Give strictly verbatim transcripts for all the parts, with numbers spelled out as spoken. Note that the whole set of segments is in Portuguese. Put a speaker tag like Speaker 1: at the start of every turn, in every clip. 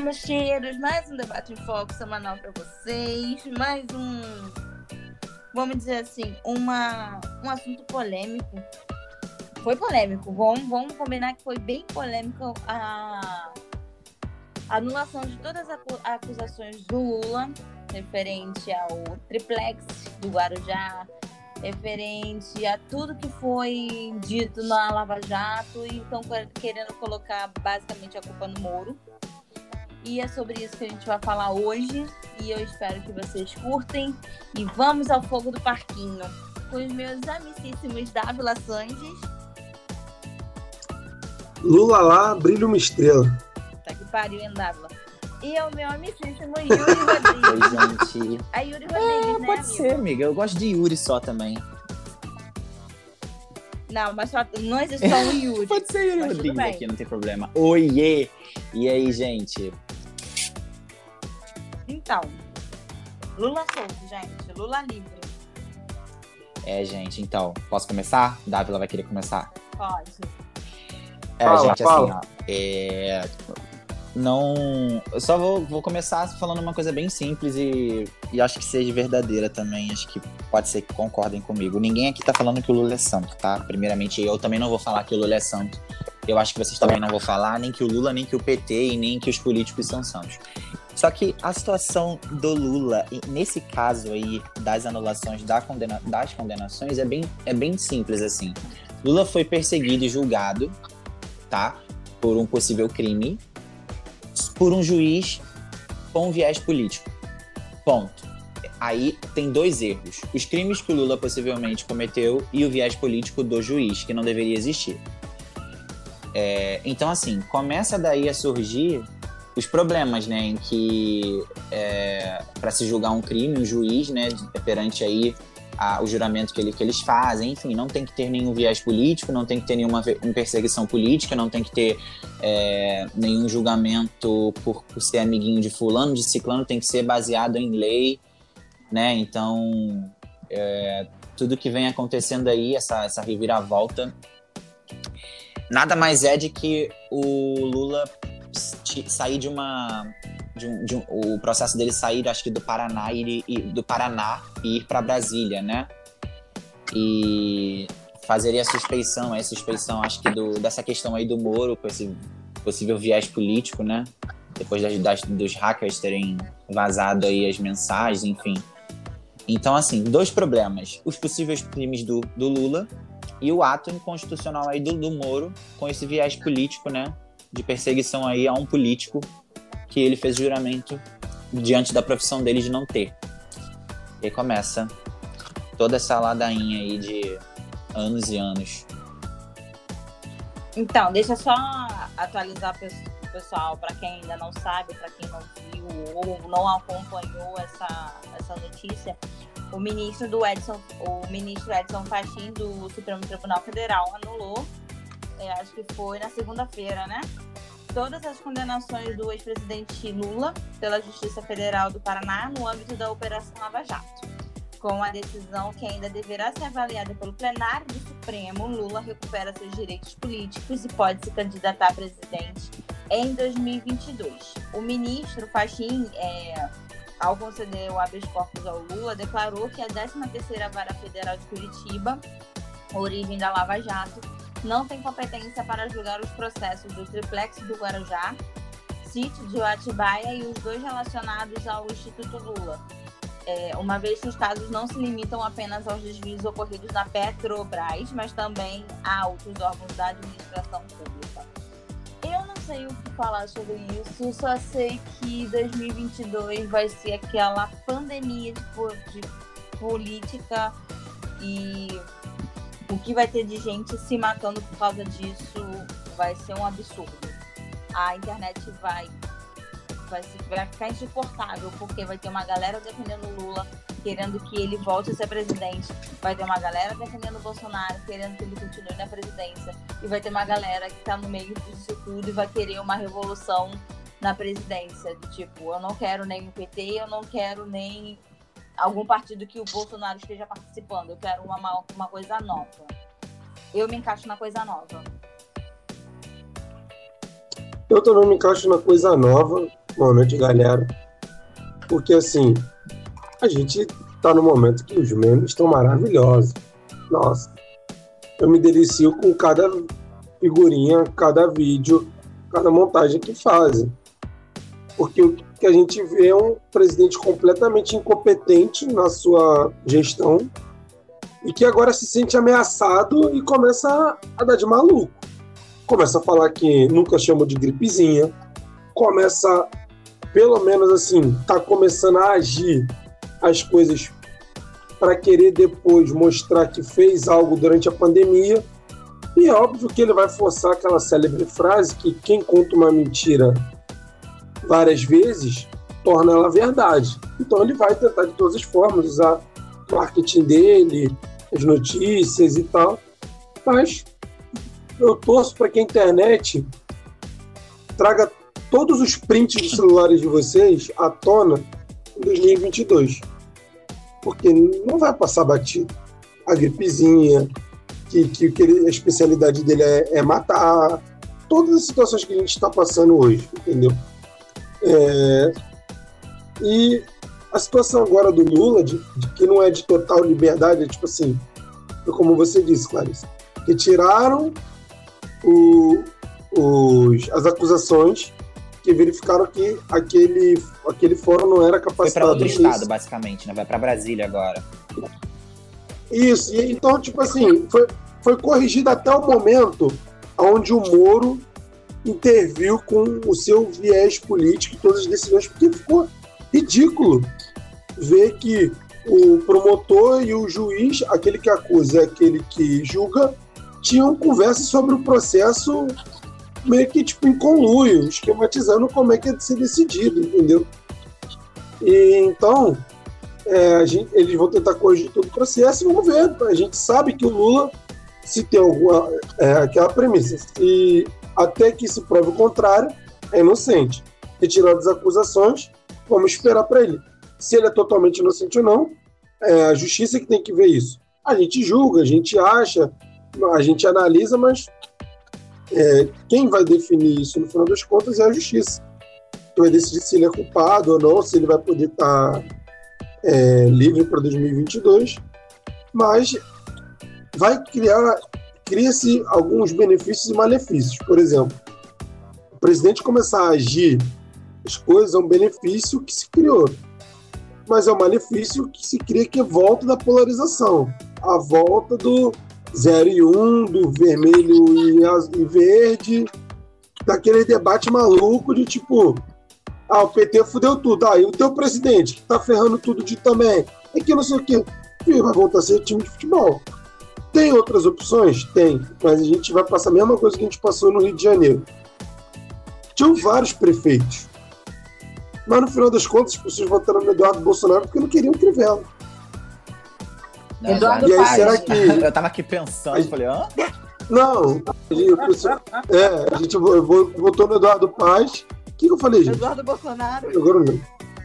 Speaker 1: meus cheiros, mais um Debate em Foco semanal para vocês, mais um, vamos dizer assim, uma, um assunto polêmico. Foi polêmico, vamos, vamos combinar que foi bem polêmico a, a anulação de todas as acusações do Lula, referente ao triplex do Guarujá, referente a tudo que foi dito na Lava Jato, e estão querendo colocar basicamente a culpa no Moro. E é sobre isso que a gente vai falar hoje, e eu espero que vocês curtem. E vamos ao fogo do parquinho com os meus amicíssimos Dávila Sanches.
Speaker 2: Lula lá, brilha uma estrela.
Speaker 1: Tá que pariu, hein, Dávila? E é o meu amicíssimo Yuri Rodrigues.
Speaker 3: Oi, gente.
Speaker 1: A Yuri Rodrigues,
Speaker 3: é,
Speaker 1: né,
Speaker 3: pode
Speaker 1: amigo?
Speaker 3: ser, amiga. Eu gosto de Yuri só também.
Speaker 1: Não, mas só, não existe só um Yuri.
Speaker 3: Pode ser Yuri
Speaker 1: Mas tudo
Speaker 3: Rodrigues
Speaker 1: bem.
Speaker 3: aqui, não tem problema. Oiê! E aí, gente?
Speaker 1: Então, Lula solto, gente. Lula livre.
Speaker 3: É, gente, então, posso começar? Dávila vai querer começar.
Speaker 1: Pode.
Speaker 3: É,
Speaker 2: Fala,
Speaker 3: gente,
Speaker 2: fala.
Speaker 3: assim, ó. É... Não. Eu só vou, vou começar falando uma coisa bem simples e, e acho que seja verdadeira também. Acho que pode ser que concordem comigo. Ninguém aqui tá falando que o Lula é santo, tá? Primeiramente, eu também não vou falar que o Lula é santo. Eu acho que vocês também não vão falar, nem que o Lula, nem que o P T e nem que os políticos são santos. Só que a situação do Lula, nesse caso aí, das anulações da condena- das condenações, é bem, é bem simples, assim. Lula foi perseguido e julgado, tá? Por um possível crime, por um juiz com viés político. Ponto. Aí tem dois erros. Os crimes que o Lula possivelmente cometeu e o viés político do juiz, que não deveria existir. É, então, assim, começa daí a surgir os problemas, né, em que é, para se julgar um crime, um juiz, né, perante aí a, o juramento que, ele, que eles fazem, enfim, não tem que ter nenhum viés político, não tem que ter nenhuma uma perseguição política, não tem que ter é, nenhum julgamento por, por ser amiguinho de fulano, de ciclano, tem que ser baseado em lei, né, então é, tudo que vem acontecendo aí, essa, essa reviravolta, nada mais é de que o Lula sair de uma de um, de um, o processo dele sair, acho que do Paraná e, e do Paraná e ir para Brasília, né? E fazeria a suspeição, a suspeição, acho que do, dessa questão aí do Moro, com esse possível viés político, né? Depois das, das, dos hackers terem vazado aí as mensagens, enfim. Então, assim, dois problemas: os possíveis crimes do, do Lula e o ato inconstitucional aí do, do Moro com esse viés político, né? De perseguição aí a um político que ele fez juramento diante da profissão dele de não ter. E aí começa toda essa ladainha aí de anos e anos.
Speaker 1: Então, deixa eu só atualizar o pessoal, para quem ainda não sabe, para quem não viu ou não acompanhou essa, essa notícia. O ministro do Edson, o ministro Edson Fachin do Supremo Tribunal Federal anulou, é, acho que foi na segunda-feira, né? Todas as condenações do ex-presidente Lula pela Justiça Federal do Paraná no âmbito da Operação Lava Jato. Com a decisão que ainda deverá ser avaliada pelo plenário do Supremo, Lula recupera seus direitos políticos e pode se candidatar a presidente em dois mil e vinte e dois. O ministro Fachin, é, ao conceder o habeas corpus ao Lula, declarou que a décima terceira Vara Federal de Curitiba, origem da Lava Jato, não tem competência para julgar os processos do triplex do Guarujá, sítio de Atibaia e os dois relacionados ao Instituto Lula, é, uma vez que os casos não se limitam apenas aos desvios ocorridos na Petrobras, mas também a outros órgãos da administração pública. Eu não sei o que falar sobre isso, só sei que dois mil e vinte e dois vai ser aquela pandemia de, de política e o que vai ter de gente se matando por causa disso vai ser um absurdo. A internet vai, vai, vai ficar insuportável, porque vai ter uma galera defendendo o Lula, querendo que ele volte a ser presidente. Vai ter uma galera defendendo o Bolsonaro, querendo que ele continue na presidência. E vai ter uma galera que tá no meio disso tudo e vai querer uma revolução na presidência. Do tipo, eu não quero nem o P T, eu não quero nem algum partido que o Bolsonaro esteja participando. Eu quero uma, uma coisa nova. Eu me encaixo na coisa nova.
Speaker 2: Eu também me encaixo na coisa nova. Boa noite, galera. Porque, assim, a gente tá no momento que os memes estão maravilhosos. Nossa, eu me delicio com cada figurinha, cada vídeo, cada montagem que fazem. Porque o que a gente vê é um presidente completamente incompetente na sua gestão e que agora se sente ameaçado e começa a dar de maluco. Começa a falar que nunca chamou de gripezinha, começa, pelo menos assim, tá começando a agir as coisas para querer depois mostrar que fez algo durante a pandemia. E é óbvio que ele vai forçar aquela célebre frase que quem conta uma mentira várias vezes torna ela verdade. Então ele vai tentar de todas as formas usar o marketing dele, as notícias e tal. Mas eu torço para que a internet traga todos os prints dos celulares de vocês à tona em dois mil e vinte e dois. Porque não vai passar batido. A gripezinha, que, que, que ele, a especialidade dele é, é matar. Todas as situações que a gente está passando hoje, entendeu? É, e a situação agora do Lula, de, de que não é de total liberdade, é tipo assim, como você disse, Clarice, que tiraram o, os, as acusações, que verificaram que aquele, aquele fórum não era capacitado.
Speaker 3: Foi para outro estado, basicamente, né? Vai para Brasília agora.
Speaker 2: Isso, e então, tipo assim, foi, foi corrigido até o momento onde o Moro interviu com o seu viés político e todas as decisões, porque ficou ridículo ver que o promotor e o juiz, aquele que acusa e aquele que julga, tinham conversa sobre o processo meio que tipo em conluio, esquematizando como é que é de ser decidido, entendeu? E então, é, a gente, eles vão tentar corrigir todo o processo e vamos ver. A gente sabe que o Lula, se tem alguma... É, aquela premissa, se até que se prove o contrário, é inocente. Retirar as acusações, vamos esperar para ele. Se ele é totalmente inocente ou não, é a justiça que tem que ver isso. A gente julga, a gente acha, a gente analisa, mas é, quem vai definir isso no final das contas é a justiça. Que vai decidir se ele é culpado ou não, se ele vai poder estar é, livre para dois mil e vinte e dois. Mas vai criar... cria-se alguns benefícios e malefícios. Por exemplo, o presidente começar a agir as coisas é um benefício que se criou, mas é um malefício que se cria, que é a volta da polarização, a volta do zero e um, do vermelho e, azul, e verde, daquele debate maluco de tipo, ah, o P T fudeu tudo, ah, e o teu presidente, que tá ferrando tudo de também, é que não sei o quê, e vai voltar a ser time de futebol. Tem outras opções? Tem, mas a gente vai passar a mesma coisa que a gente passou no Rio de Janeiro. Tinham vários prefeitos, mas no final das contas as pessoas votaram no Eduardo Bolsonaro porque não queriam Crivella.
Speaker 3: Não,
Speaker 1: Eduardo
Speaker 2: e aí,
Speaker 1: Paz.
Speaker 2: será que...
Speaker 3: Eu tava aqui pensando,
Speaker 2: Aí-
Speaker 3: falei, hã?
Speaker 2: Não, a gente, a pessoa- é, a gente vo- votou no Eduardo Paz. O que, que eu falei, gente?
Speaker 1: Eduardo Bolsonaro.
Speaker 2: Agora não.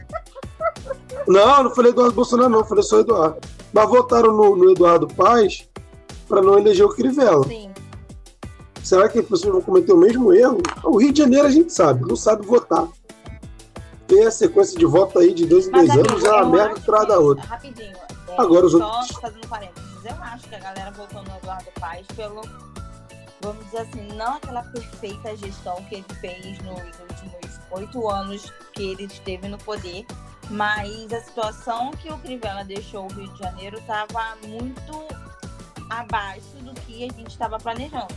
Speaker 2: Não, não falei Eduardo Bolsonaro, não, falei só Eduardo. Mas votaram no, no Eduardo Paz para não eleger o Crivella.
Speaker 1: Sim.
Speaker 2: Será que as pessoas vão cometer o mesmo erro? O Rio de Janeiro a gente sabe, não sabe votar. Tem a sequência de voto aí de dois em dois
Speaker 1: amigo,
Speaker 2: anos, é uma
Speaker 1: eu
Speaker 2: merda
Speaker 1: acho
Speaker 2: atrás
Speaker 1: que-
Speaker 2: da outra.
Speaker 1: Rapidinho. é,
Speaker 2: Agora os
Speaker 1: só
Speaker 2: outros-
Speaker 1: fazendo parênteses. Eu acho que a galera votou no Eduardo Paz pelo, vamos dizer assim, não aquela perfeita gestão que ele fez nos últimos oito anos que ele esteve no poder, mas a situação que o Crivella deixou o Rio de Janeiro estava muito abaixo do que a gente estava planejando.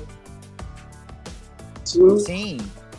Speaker 2: Sim,
Speaker 3: Sim.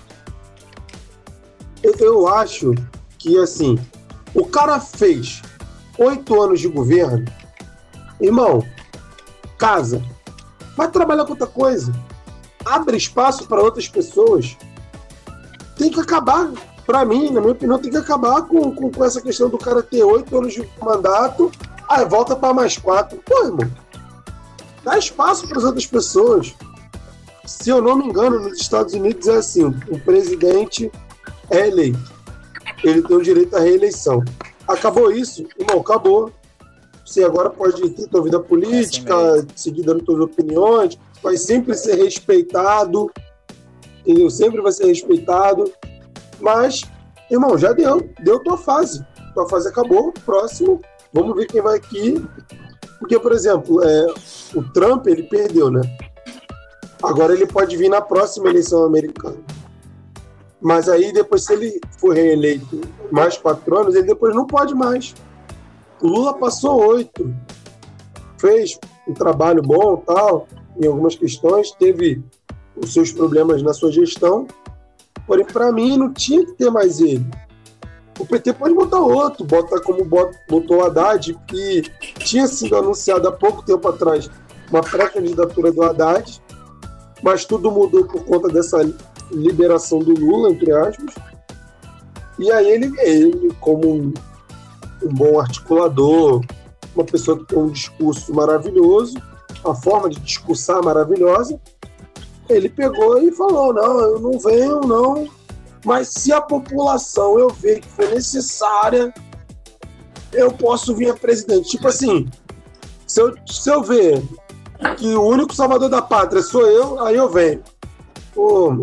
Speaker 2: eu, eu acho que, assim, o cara fez oito anos de governo, irmão, casa, vai trabalhar com outra coisa, abre espaço para outras pessoas. Tem que acabar, para mim, na minha opinião, tem que acabar com, com, com essa questão do cara ter oito anos de mandato, aí volta para mais quatro. Pô, irmão, dá espaço para as outras pessoas. Se eu não me engano, nos Estados Unidos é assim, o presidente é eleito, ele tem o direito à reeleição. Acabou isso, irmão, acabou. Você agora pode ter sua vida política,
Speaker 3: É assim
Speaker 2: seguir dando suas opiniões, vai sempre ser respeitado, entendeu? Sempre vai ser respeitado, mas irmão, já deu, deu tua fase. Tua fase acabou, próximo, vamos ver quem vai aqui. Porque, por exemplo, é, o Trump, ele perdeu, né? Agora ele pode vir na próxima eleição americana. Mas aí, depois, se ele for reeleito mais quatro anos, ele depois não pode mais. O Lula passou oito. Fez um trabalho bom, tal, em algumas questões, teve os seus problemas na sua gestão. Porém, para mim, não tinha que ter mais ele. O P T pode botar outro, bota como botou o Haddad, que tinha sido anunciado há pouco tempo atrás uma pré-candidatura do Haddad, mas tudo mudou por conta dessa liberação do Lula, entre aspas. E aí ele, ele como um, um bom articulador, uma pessoa que tem um discurso maravilhoso, uma forma de discursar maravilhosa, ele pegou e falou, não, eu não venho, não, mas se a população eu ver que foi necessária, eu posso vir a presidente. Tipo assim, se eu, se eu ver que o único salvador da pátria sou eu, aí eu venho. Pô,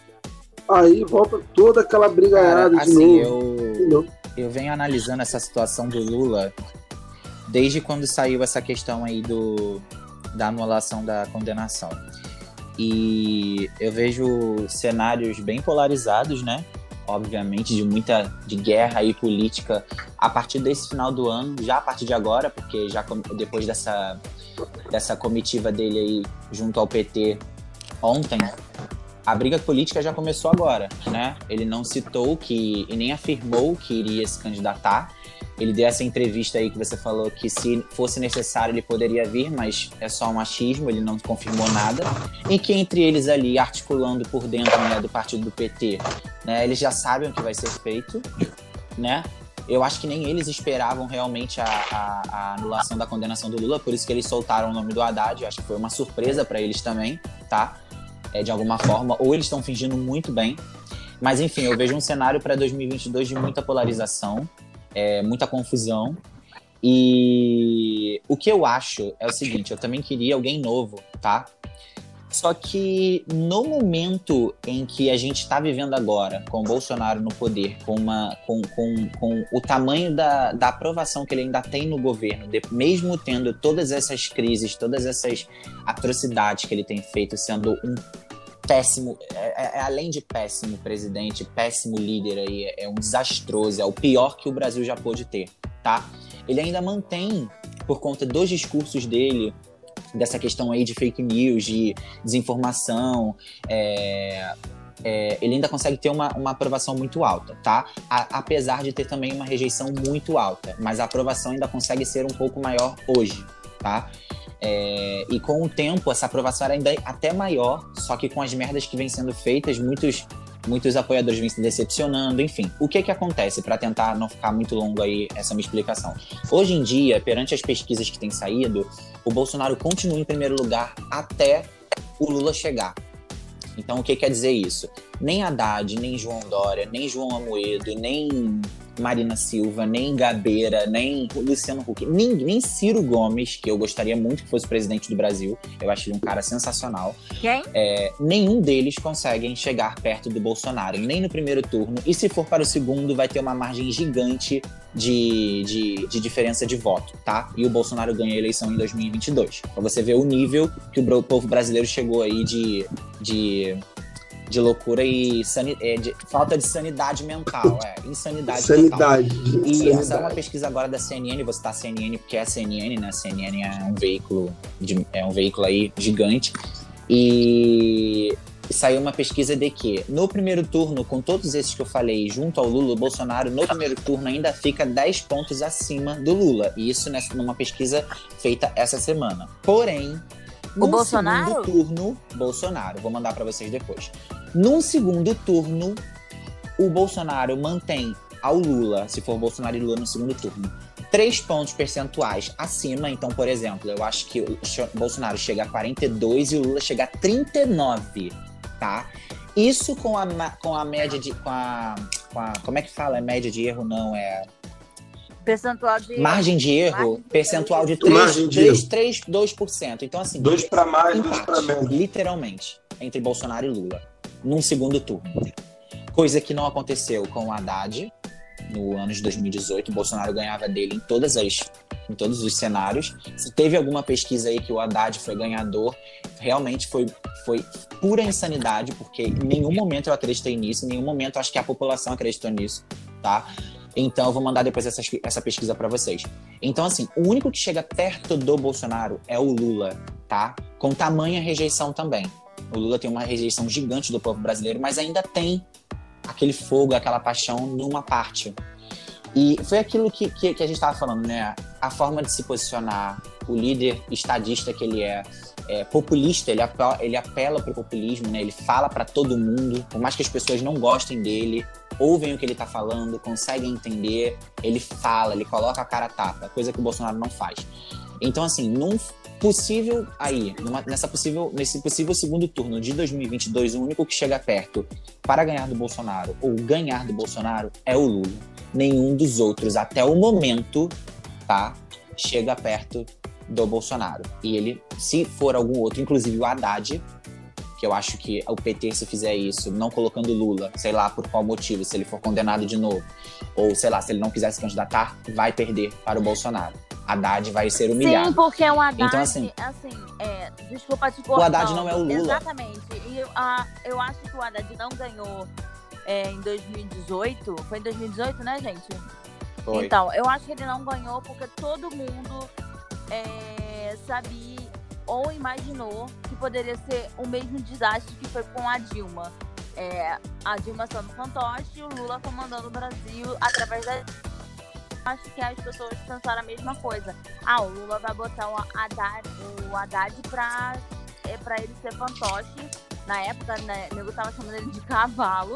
Speaker 2: aí volta toda aquela brigaiada de
Speaker 3: assim,
Speaker 2: novo.
Speaker 3: Eu, eu venho analisando essa situação do Lula desde quando saiu essa questão aí do, da anulação da condenação. E eu vejo cenários bem polarizados, né? Obviamente, de muita de guerra e política a partir desse final do ano, já a partir de agora, porque já depois dessa, dessa comitiva dele aí junto ao P T ontem, a briga política já começou agora, né? Ele não citou que e nem afirmou que iria se candidatar. Ele deu essa entrevista aí que você falou que se fosse necessário ele poderia vir, mas é só um achismo, ele não confirmou nada. E que entre eles ali, articulando por dentro, né, do partido do P T, né, eles já sabem o que vai ser feito, né? Eu acho que nem eles esperavam realmente a, a, a anulação da condenação do Lula, por isso que eles soltaram o nome do Haddad. Eu acho que foi uma surpresa para eles também, tá? É, de alguma forma, ou eles estão fingindo muito bem. Mas enfim, eu vejo um cenário para dois mil e vinte e dois de muita polarização, É, muita confusão. E o que eu acho é o seguinte, eu também queria alguém novo, tá? Só que no momento em que a gente está vivendo agora, com o Bolsonaro no poder, com, uma, com, com, com o tamanho da, da aprovação que ele ainda tem no governo, de, mesmo tendo todas essas crises, todas essas atrocidades que ele tem feito, sendo um péssimo, é, é, além de péssimo presidente, péssimo líder aí, é, é um desastroso, é o pior que o Brasil já pôde ter, tá? Ele ainda mantém, por conta dos discursos dele, dessa questão aí de fake news, de desinformação, é, é, ele ainda consegue ter uma, uma aprovação muito alta, tá? A, apesar de ter também uma rejeição muito alta, mas a aprovação ainda consegue ser um pouco maior hoje, tá? É, e com o tempo essa aprovação era ainda até maior, só que com as merdas que vêm sendo feitas, muitos, muitos apoiadores vêm se decepcionando, enfim. O que que acontece, para tentar não ficar muito longo aí essa minha explicação? Hoje em dia, perante as pesquisas que têm saído, o Bolsonaro continua em primeiro lugar até o Lula chegar. Então o que quer dizer isso? Nem Haddad, nem João Dória, nem João Amoedo, nem Marina Silva, nem Gabeira, nem Luciano Huck, nem, nem Ciro Gomes, que eu gostaria muito que fosse presidente do Brasil, eu acho ele um cara sensacional.
Speaker 1: Quem?
Speaker 3: É, nenhum deles conseguem chegar perto do Bolsonaro, nem no primeiro turno, e se for para o segundo, vai ter uma margem gigante de, de, de diferença de voto, tá? E o Bolsonaro ganha a eleição em dois mil e vinte e dois. Pra você ver o nível que o povo brasileiro chegou aí de... de de loucura e sani- é, de falta de sanidade mental, é, insanidade
Speaker 2: Sanidade.
Speaker 3: mental. E
Speaker 2: Sanidade.
Speaker 3: essa é uma pesquisa agora da C N N, vou citar a C N N porque é a C N N, né? A C N N é um veículo, de, é um veículo aí gigante. E saiu uma pesquisa de que no primeiro turno, com todos esses que eu falei, junto ao Lula, o Bolsonaro no primeiro turno ainda fica dez pontos acima do Lula. E isso nessa, numa pesquisa feita essa semana. Porém,
Speaker 1: O
Speaker 3: no
Speaker 1: Bolsonaro?
Speaker 3: segundo turno, Bolsonaro, vou mandar pra vocês depois. Num segundo turno, o Bolsonaro mantém ao Lula, se for Bolsonaro e Lula no segundo turno, três pontos percentuais acima. Então, por exemplo, eu acho que o Bolsonaro chega a quarenta e dois e o Lula chega a trinta e nove, tá? Isso com a, com a média de... Com a, com a, como é que fala? É média de erro? Não, é...
Speaker 1: Percentual de
Speaker 3: Margem de erro,
Speaker 1: Margem de
Speaker 3: percentual de
Speaker 2: Margem de
Speaker 3: três,
Speaker 2: erro.
Speaker 3: três, dois por cento. Então, assim...
Speaker 2: Dois para mais, dois
Speaker 3: empate,
Speaker 2: para menos.
Speaker 3: literalmente, entre Bolsonaro e Lula, num segundo turno. Coisa que não aconteceu com o Haddad no ano de dois mil e dezoito. O Bolsonaro ganhava dele em todas as em todos os cenários. Se teve alguma pesquisa aí que o Haddad foi ganhador, realmente foi, foi pura insanidade, porque em nenhum momento eu acreditei nisso, em nenhum momento eu acho que a população acreditou nisso, tá? Então eu vou mandar depois essa, essa pesquisa para vocês. Então, assim, o único que chega perto do Bolsonaro é o Lula, tá? Com tamanha rejeição também. O Lula tem uma rejeição gigante do povo brasileiro, mas ainda tem aquele fogo, aquela paixão numa parte. E foi aquilo que, que, que a gente estava falando, né? A forma de se posicionar, o líder estadista que ele é, é populista, ele apela, ele apela para o populismo, né? Ele fala para todo mundo, por mais que as pessoas não gostem dele, ouvem o que ele está falando, conseguem entender, ele fala, ele coloca a cara a tapa, coisa que o Bolsonaro não faz. Então, assim, num possível aí, numa, nessa possível, nesse possível segundo turno de dois mil e vinte e dois, o único que chega perto para ganhar do Bolsonaro ou ganhar do Bolsonaro é o Lula. Nenhum dos outros, até o momento, tá, chega perto do Bolsonaro. E ele, se for algum outro, inclusive o Haddad, que eu acho que o P T, se fizer isso, não colocando Lula, sei lá por qual motivo, se ele for condenado de novo, ou sei lá, se ele não quiser se candidatar, vai perder para o Bolsonaro. Haddad vai ser humilhado.
Speaker 1: Sim, porque o Haddad,
Speaker 3: então, assim,
Speaker 1: assim é, desculpa te cortar.
Speaker 3: O Haddad não é o Lula.
Speaker 1: Exatamente. E a, eu acho que o Haddad não ganhou é, em dois mil e dezoito. Foi em dois mil e dezoito, né, gente?
Speaker 3: Foi.
Speaker 1: Então, eu acho que ele não ganhou porque todo mundo é, sabia ou imaginou que poderia ser o mesmo desastre que foi com a Dilma. É, a Dilma sendo fantoche e o Lula comandando o Brasil através da... Acho que as pessoas pensaram a mesma coisa. Ah, o Lula vai botar o Haddad, o Haddad pra, é, pra ele ser fantoche. Na época, né, o nego tava chamando ele de cavalo.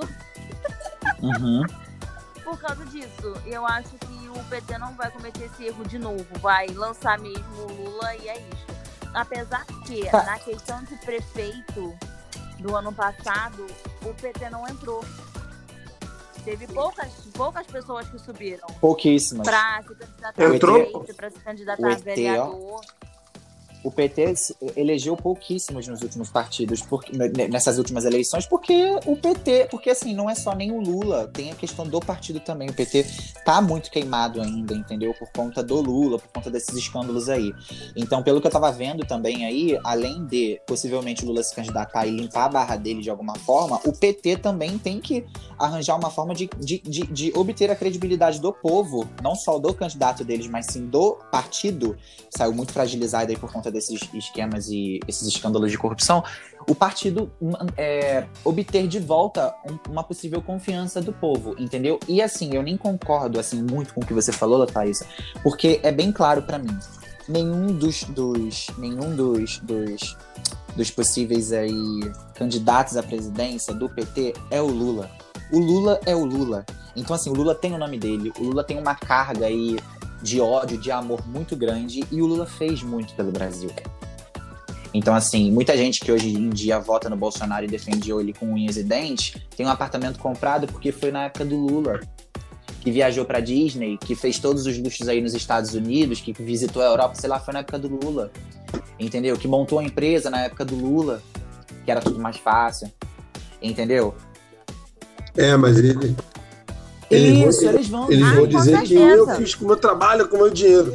Speaker 3: Uhum.
Speaker 1: Por causa disso. Eu acho que o P T não vai cometer esse erro de novo. Vai lançar mesmo o Lula e é isso. Apesar que, na questão de prefeito do ano passado, o P T não entrou. Teve poucas, poucas pessoas que subiram.
Speaker 3: Pouquíssimas.
Speaker 1: Pra se candidatar
Speaker 2: Entrou?
Speaker 1: a prefeito, pra se candidatar a vereador.
Speaker 3: O P T elegeu pouquíssimos nos últimos partidos, porque, nessas últimas eleições, porque o P T, porque assim, não é só nem o Lula, tem a questão do partido também. O P T tá muito queimado ainda, entendeu? Por conta do Lula, por conta desses escândalos aí. Então, pelo que eu tava vendo também aí, além de possivelmente o Lula se candidatar e limpar a barra dele de alguma forma, o P T também tem que arranjar uma forma de, de, de, de obter a credibilidade do povo, não só do candidato deles, mas sim do partido, que saiu muito fragilizado aí por conta desses esquemas e esses escândalos de corrupção, o partido é, obter de volta um, uma possível confiança do povo, entendeu? E assim, eu nem concordo assim, muito com o que você falou, Thaisa, porque é bem claro pra mim, nenhum dos, dos, nenhum dos, dos, dos possíveis aí, candidatos à presidência do P T é o Lula. O Lula é o Lula. Então assim, o Lula tem o nome dele, o Lula tem uma carga aí de ódio, de amor muito grande, e o Lula fez muito pelo Brasil. Então, assim, muita gente que hoje em dia vota no Bolsonaro e defende ele com unhas e dentes, tem um apartamento comprado porque foi na época do Lula, que viajou pra Disney, que fez todos os luxos aí nos Estados Unidos, que visitou a Europa, sei lá, foi na época do Lula, entendeu? Que montou a empresa na época do Lula, que era tudo mais fácil, entendeu?
Speaker 2: É, mas ele... Eles
Speaker 3: Isso,
Speaker 2: vão,
Speaker 3: eles vão.
Speaker 2: eles
Speaker 1: Ah,
Speaker 2: vão
Speaker 1: com
Speaker 2: dizer que
Speaker 1: certeza.
Speaker 2: eu fiz com o meu trabalho, com o meu dinheiro.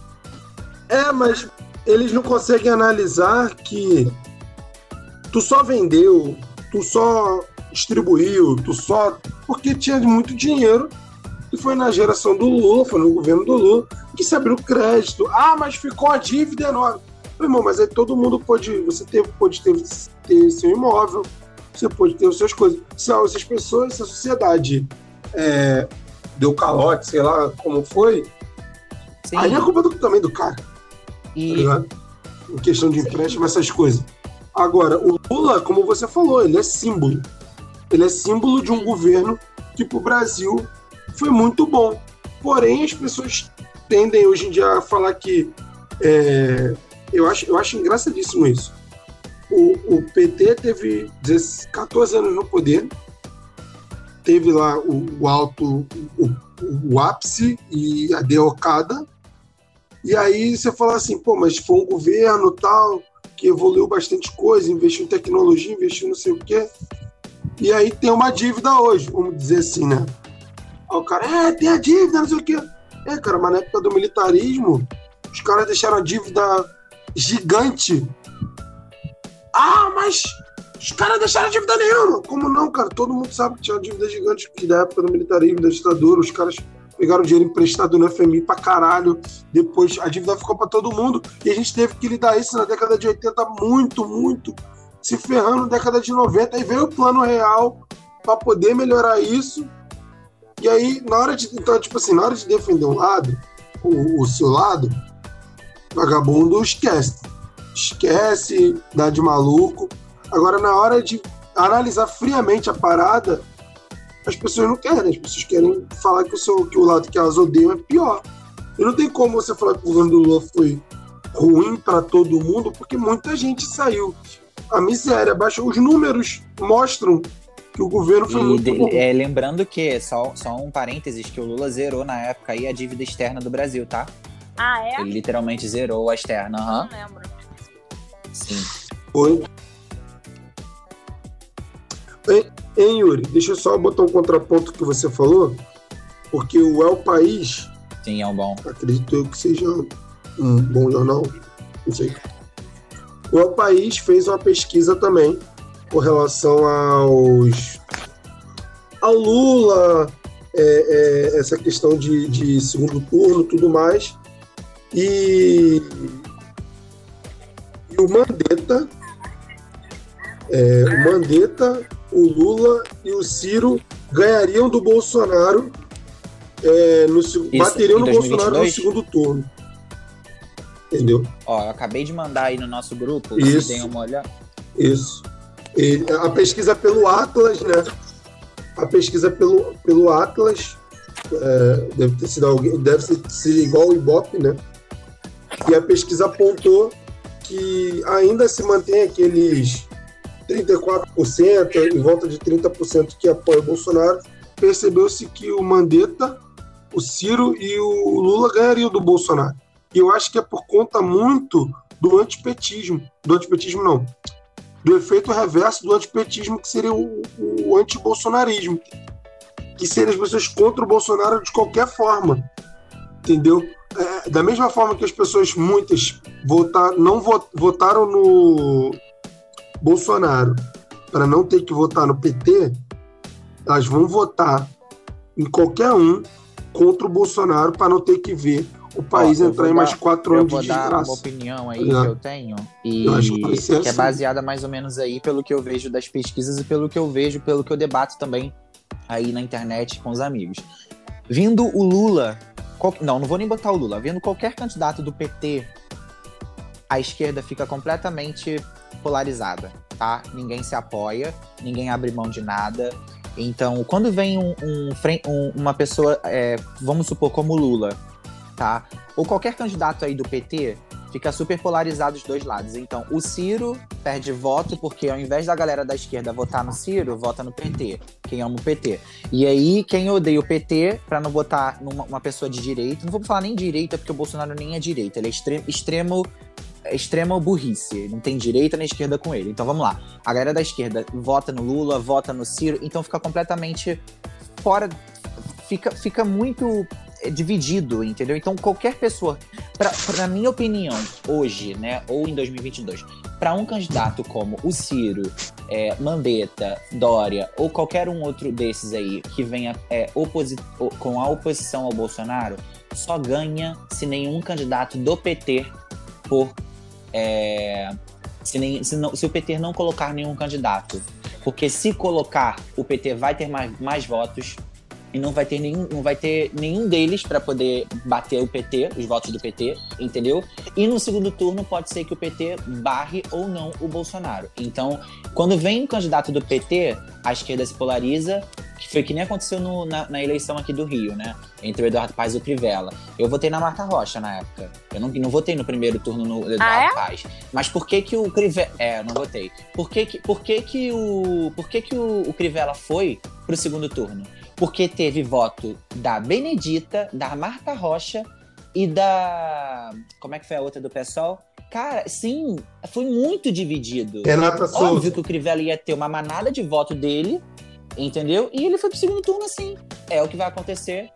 Speaker 2: É, mas eles não conseguem analisar que tu só vendeu, tu só distribuiu, tu só... Porque tinha muito dinheiro e foi na geração do Lula, foi no governo do Lula, que se abriu crédito. Ah, mas ficou a dívida enorme. Falei, irmão, mas aí todo mundo pode... Você teve, pode ter, ter seu imóvel, você pode ter as suas coisas. Se as pessoas, se a sociedade... É, deu calote, sei lá como foi.
Speaker 3: Sim.
Speaker 2: Aí é culpa do, também do cara.
Speaker 3: E...
Speaker 2: Tá ligado? Em questão de empréstimo, essas coisas. Agora, o Lula, como você falou, ele é símbolo. Ele é símbolo de um governo que pro Brasil foi muito bom. Porém, as pessoas tendem hoje em dia a falar que é, eu, acho, eu acho engraçadíssimo isso. O, o P T teve catorze anos no poder. Teve lá o, o alto, o, o ápice e a derrocada. E aí você fala assim, pô, mas foi um governo tal, que evoluiu bastante coisa, investiu em tecnologia, investiu não sei o quê. E aí tem uma dívida hoje, vamos dizer assim, né? Aí o cara, é, tem a dívida, não sei o quê. É, cara, mas na época do militarismo, os caras deixaram a dívida gigante. Ah, mas os caras deixaram a dívida nenhuma. Como não, cara? Todo mundo sabe que tinha dívida gigante, que da época do militarismo, da ditadura, os caras pegaram dinheiro emprestado no F M I pra caralho. Depois a dívida ficou pra todo mundo. E a gente teve que lidar isso na década de oitenta muito, muito. Se ferrando na década de noventa. Aí veio o plano real pra poder melhorar isso. E aí, na hora de. Então, tipo assim, na hora de defender um lado, o, o seu lado, vagabundo esquece. Esquece, dá de maluco. Agora, na hora de analisar friamente a parada, as pessoas não querem. As pessoas querem falar que o, seu, que o lado que elas odeiam é pior. E não tem como você falar que o governo do Lula foi ruim para todo mundo, porque muita gente saiu. A miséria baixou. Os números mostram que o governo foi
Speaker 3: e
Speaker 2: muito
Speaker 3: de,
Speaker 2: bom.
Speaker 3: É, lembrando que, só, só um parênteses, que o Lula zerou na época aí a dívida externa do Brasil, tá?
Speaker 1: Ah, é?
Speaker 3: Ele literalmente zerou a externa. Uhum.
Speaker 1: Não lembro.
Speaker 3: Sim.
Speaker 2: Foi. Hein, hein, Yuri? Deixa eu só botar um contraponto que você falou, porque o El País,
Speaker 3: Sim, é um bom.
Speaker 2: acredito eu que seja um bom jornal, não sei. O El País fez uma pesquisa também com relação aos ao Lula, é, é, essa questão de, de segundo turno e tudo mais. E, e o Mandetta, é, o Mandetta, o Lula e o Ciro ganhariam do Bolsonaro, é, no,
Speaker 3: Isso,
Speaker 2: bateriam
Speaker 3: em
Speaker 2: no
Speaker 3: dois mil e vinte e
Speaker 2: Bolsonaro no
Speaker 3: dois?
Speaker 2: segundo turno. Entendeu?
Speaker 3: Ó, eu acabei de mandar aí no nosso grupo,
Speaker 2: Isso.
Speaker 3: se tem uma olhada.
Speaker 2: Isso. E a pesquisa pelo Atlas, né? A pesquisa pelo, pelo Atlas é, deve ter sido alguém, deve ser, ser igual o Ibope, né? E a pesquisa apontou que ainda se mantém aqueles trinta e quatro por cento, em volta de trinta por cento que apoia o Bolsonaro. Percebeu-se que o Mandetta, o Ciro e o Lula ganhariam do Bolsonaro. E eu acho que é por conta muito do antipetismo. Do antipetismo, não. Do efeito reverso do antipetismo, que seria o, o antibolsonarismo. Que seriam as pessoas contra o Bolsonaro de qualquer forma. Entendeu? É, da mesma forma que as pessoas, muitas, votar, não votaram no Bolsonaro para não ter que votar no P T, elas vão votar em qualquer um contra o Bolsonaro para não ter que ver o país
Speaker 3: Ó,
Speaker 2: entrar em mais quatro
Speaker 3: eu
Speaker 2: anos
Speaker 3: vou
Speaker 2: de
Speaker 3: dar
Speaker 2: desgraça.
Speaker 3: uma opinião aí
Speaker 2: É.
Speaker 3: que eu tenho e
Speaker 2: Eu acho que vai ser
Speaker 3: que é
Speaker 2: assim.
Speaker 3: baseada mais ou menos aí pelo que eu vejo das pesquisas e pelo que eu vejo, pelo que eu debato também aí na internet com os amigos. Vindo o Lula, qual- não, não vou nem botar o Lula, vindo qualquer candidato do P T, a esquerda fica completamente polarizada, tá? Ninguém se apoia, ninguém abre mão de nada. Então, quando vem um, um, fren- um- uma pessoa, é, vamos supor, como o Lula, tá? Ou qualquer candidato aí do P T, fica super polarizado os dois lados. Então, o Ciro perde voto porque ao invés da galera da esquerda votar no Ciro, vota no P T. Quem ama o P T. E aí, quem odeia o P T, pra não votar numa uma pessoa de direita, não vou falar nem direita, porque o Bolsonaro nem é direita, ele é extre- extremo, é extrema burrice, não tem direita nem esquerda com ele. Então vamos lá, a galera da esquerda vota no Lula, vota no Ciro, então fica completamente fora, fica, fica muito é, dividido, entendeu? Então qualquer pessoa, pra, pra minha opinião, hoje, né, ou em dois mil e vinte e dois, para um candidato como o Ciro, é, Mandetta, Dória, ou qualquer um outro desses aí que venha é, oposi- com a oposição ao Bolsonaro, só ganha se nenhum candidato do P T for É, se, nem, se, não, se o P T não colocar nenhum candidato. Porque se colocar, o P T vai ter mais, mais votos e não vai ter nenhum, não vai ter nenhum deles para poder bater o P T, os votos do P T, entendeu? E no segundo turno pode ser que o P T barre ou não o Bolsonaro. Então, quando vem um candidato do P T, a esquerda se polariza, que foi que nem aconteceu no, na, na eleição aqui do Rio, né? Entre o Eduardo Paes e o Crivella. Eu votei na Marta Rocha na época. Eu não, não votei no primeiro turno no Eduardo
Speaker 1: Ah, é?
Speaker 3: Paes. Mas por que que o Crivella... É, eu não votei. Por que que, por que, que, o, por que, que o, o Crivella foi pro segundo turno? Porque teve voto da Benedita, da Marta Rocha e da... Como é que foi a outra do PSOL? Cara, sim, foi muito dividido.
Speaker 2: Renata Souza.
Speaker 3: Óbvio que o Crivella ia ter uma manada de voto dele, entendeu? E ele foi pro segundo turno assim. É o que vai acontecer.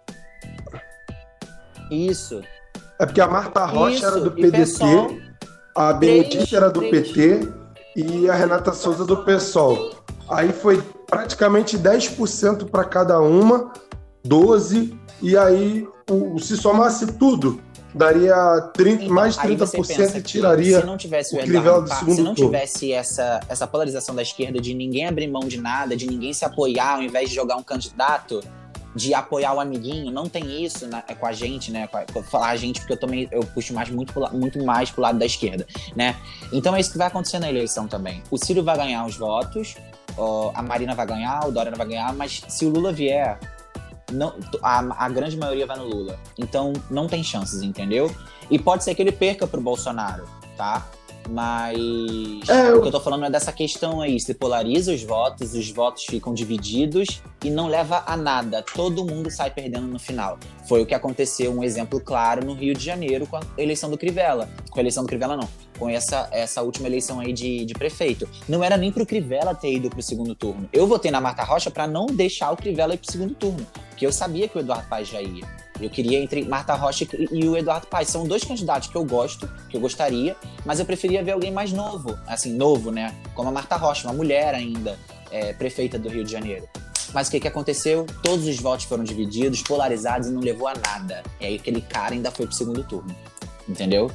Speaker 3: Isso.
Speaker 2: É porque a Marta Rocha
Speaker 3: Isso.
Speaker 2: era do
Speaker 3: E
Speaker 2: P D T,
Speaker 3: pessoal,
Speaker 2: a Benedita
Speaker 3: três,
Speaker 2: era do
Speaker 3: três.
Speaker 2: P T e a Renata Souza do PSOL. Aí foi praticamente dez por cento para cada uma, doze por cento, e aí o, se somasse tudo, daria trinta,
Speaker 3: Então,
Speaker 2: mais
Speaker 3: aí
Speaker 2: trinta
Speaker 3: você
Speaker 2: por cento
Speaker 3: pensa
Speaker 2: e
Speaker 3: que
Speaker 2: tiraria
Speaker 3: se não tivesse o
Speaker 2: o Crivella
Speaker 3: Eduardo
Speaker 2: do
Speaker 3: Paes,
Speaker 2: segundo
Speaker 3: se não
Speaker 2: turno.
Speaker 3: tivesse essa, essa polarização da esquerda de ninguém abrir mão de nada, de ninguém se apoiar ao invés de jogar um candidato, de apoiar o amiguinho, não tem isso né, com a gente, né? Vou falar a gente porque eu também eu puxo mais, muito, muito mais pro lado da esquerda, né? Então é isso que vai acontecer na eleição também. O Ciro vai ganhar os votos, ó, a Marina vai ganhar, o Dória vai ganhar, mas se o Lula vier, não, a, a grande maioria vai no Lula. Então não tem chances, entendeu? E pode ser que ele perca pro Bolsonaro, tá? Mas
Speaker 2: É, eu-
Speaker 3: o que eu tô falando é dessa questão aí, se polariza os votos, os votos ficam divididos e não leva a nada, todo mundo sai perdendo no final. Foi o que aconteceu, um exemplo claro no Rio de Janeiro com a eleição do Crivella, com a eleição do Crivella não, com essa, essa última eleição aí de, de prefeito. Não era nem pro Crivella ter ido pro segundo turno, eu votei na Marta Rocha pra não deixar o Crivella ir pro segundo turno, porque eu sabia que o Eduardo Paes já ia. Eu queria entre Marta Rocha e o Eduardo Paes. São dois candidatos que eu gosto, que eu gostaria, mas eu preferia ver alguém mais novo, assim, novo, né? Como a Marta Rocha, uma mulher ainda, é, prefeita do Rio de Janeiro. Mas o que que aconteceu? Todos os votos foram divididos, polarizados e não levou a nada. E aí aquele cara ainda foi pro segundo turno. Entendeu?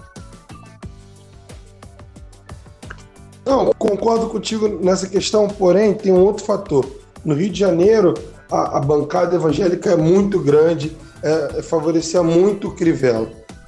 Speaker 2: Não, concordo contigo nessa questão, porém tem um outro fator. No Rio de Janeiro, a, a bancada evangélica é muito grande, é, favorecia muito o Crivella.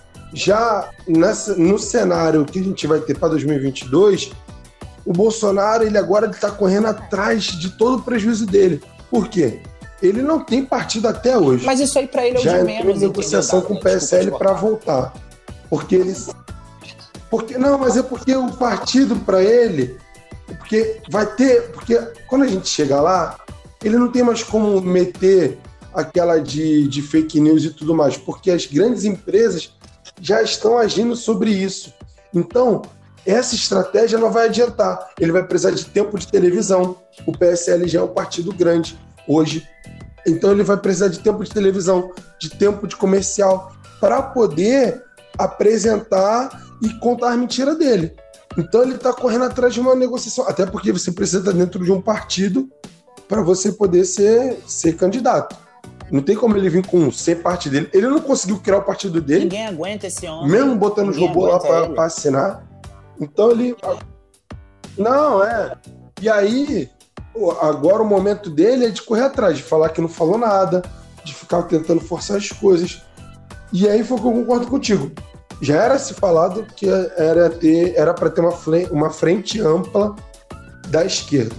Speaker 2: Já nessa, no cenário que a gente vai ter para dois mil e vinte e dois, o Bolsonaro ele agora está correndo atrás de todo o prejuízo dele. Por quê? Ele não tem partido até hoje.
Speaker 3: Mas isso aí pra ele é o
Speaker 2: Já
Speaker 3: de
Speaker 2: entrou
Speaker 3: menos,
Speaker 2: em negociação
Speaker 3: entendeu,
Speaker 2: com o
Speaker 3: Davi?
Speaker 2: P S L
Speaker 3: Desculpa
Speaker 2: para
Speaker 3: te cortar.
Speaker 2: voltar. Porque eles. Porque, não, mas é porque o partido para ele. Porque vai ter. Porque quando a gente chega lá, ele não tem mais como meter aquela de, de fake news e tudo mais, porque as grandes empresas já estão agindo sobre isso. Então, essa estratégia não vai adiantar. Ele vai precisar de tempo de televisão. O P S L já é um partido grande hoje. Então, ele vai precisar de tempo de televisão, de tempo de comercial, para poder apresentar e contar a mentira dele. Então, ele está correndo atrás de uma negociação. Até porque você precisa estar dentro de um partido para você poder ser, ser candidato. Não tem como ele vir com cem parte dele. Ele não conseguiu criar o partido dele,
Speaker 3: Ninguém aguenta esse homem.
Speaker 2: mesmo botando os
Speaker 3: Ninguém
Speaker 2: robôs lá
Speaker 3: aguenta ele.
Speaker 2: para assinar. Então ele. Não, é. E aí, pô, agora o momento dele é de correr atrás, de falar que não falou nada, de ficar tentando forçar as coisas. E aí foi o que eu concordo contigo. Já era se falado que era ter, era para ter uma, fle- uma frente ampla da esquerda.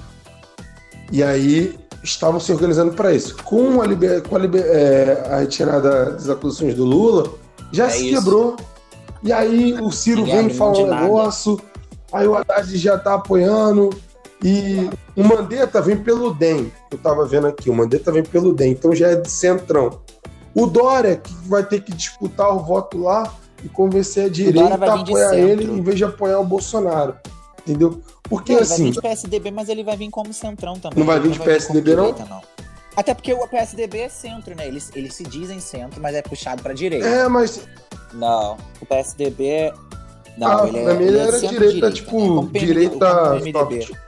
Speaker 2: E aí estavam se organizando para isso. Com a, liber, com a, liber, é, a retirada das acusações do Lula, já
Speaker 3: É
Speaker 2: se
Speaker 3: isso.
Speaker 2: quebrou. E aí o Ciro
Speaker 3: Ninguém
Speaker 2: vem
Speaker 3: abre
Speaker 2: e
Speaker 3: mão
Speaker 2: fala
Speaker 3: de
Speaker 2: um
Speaker 3: nada.
Speaker 2: negócio, aí o Haddad já tá apoiando, e o Mandetta vem pelo D E M, eu tava vendo aqui, o Mandetta vem pelo D E M, então já é de centrão. O Dória, que vai ter que disputar o voto lá e convencer a direita
Speaker 3: Dória vai
Speaker 2: a
Speaker 3: vir de
Speaker 2: apoiar
Speaker 3: centro.
Speaker 2: ele em vez de apoiar o Bolsonaro, entendeu? Porque
Speaker 3: Ele vai
Speaker 2: assim,
Speaker 3: vir de P S D B, mas ele vai vir como centrão também.
Speaker 2: Não vai
Speaker 3: Ele
Speaker 2: vir de P S D B,
Speaker 3: como
Speaker 2: não?
Speaker 3: direita, não? Até porque o P S D B é centro, né? Eles, eles se dizem centro, mas é puxado pra direita.
Speaker 2: é, mas
Speaker 3: Não, o P S D B é... Não,
Speaker 2: ah,
Speaker 3: ele é,
Speaker 2: pra mim
Speaker 3: ele
Speaker 2: ele
Speaker 3: é
Speaker 2: era
Speaker 3: centro-direita,
Speaker 2: direita,
Speaker 3: né?
Speaker 2: tipo,
Speaker 3: Como P M D,
Speaker 2: direita
Speaker 3: como P M D B.
Speaker 2: soft.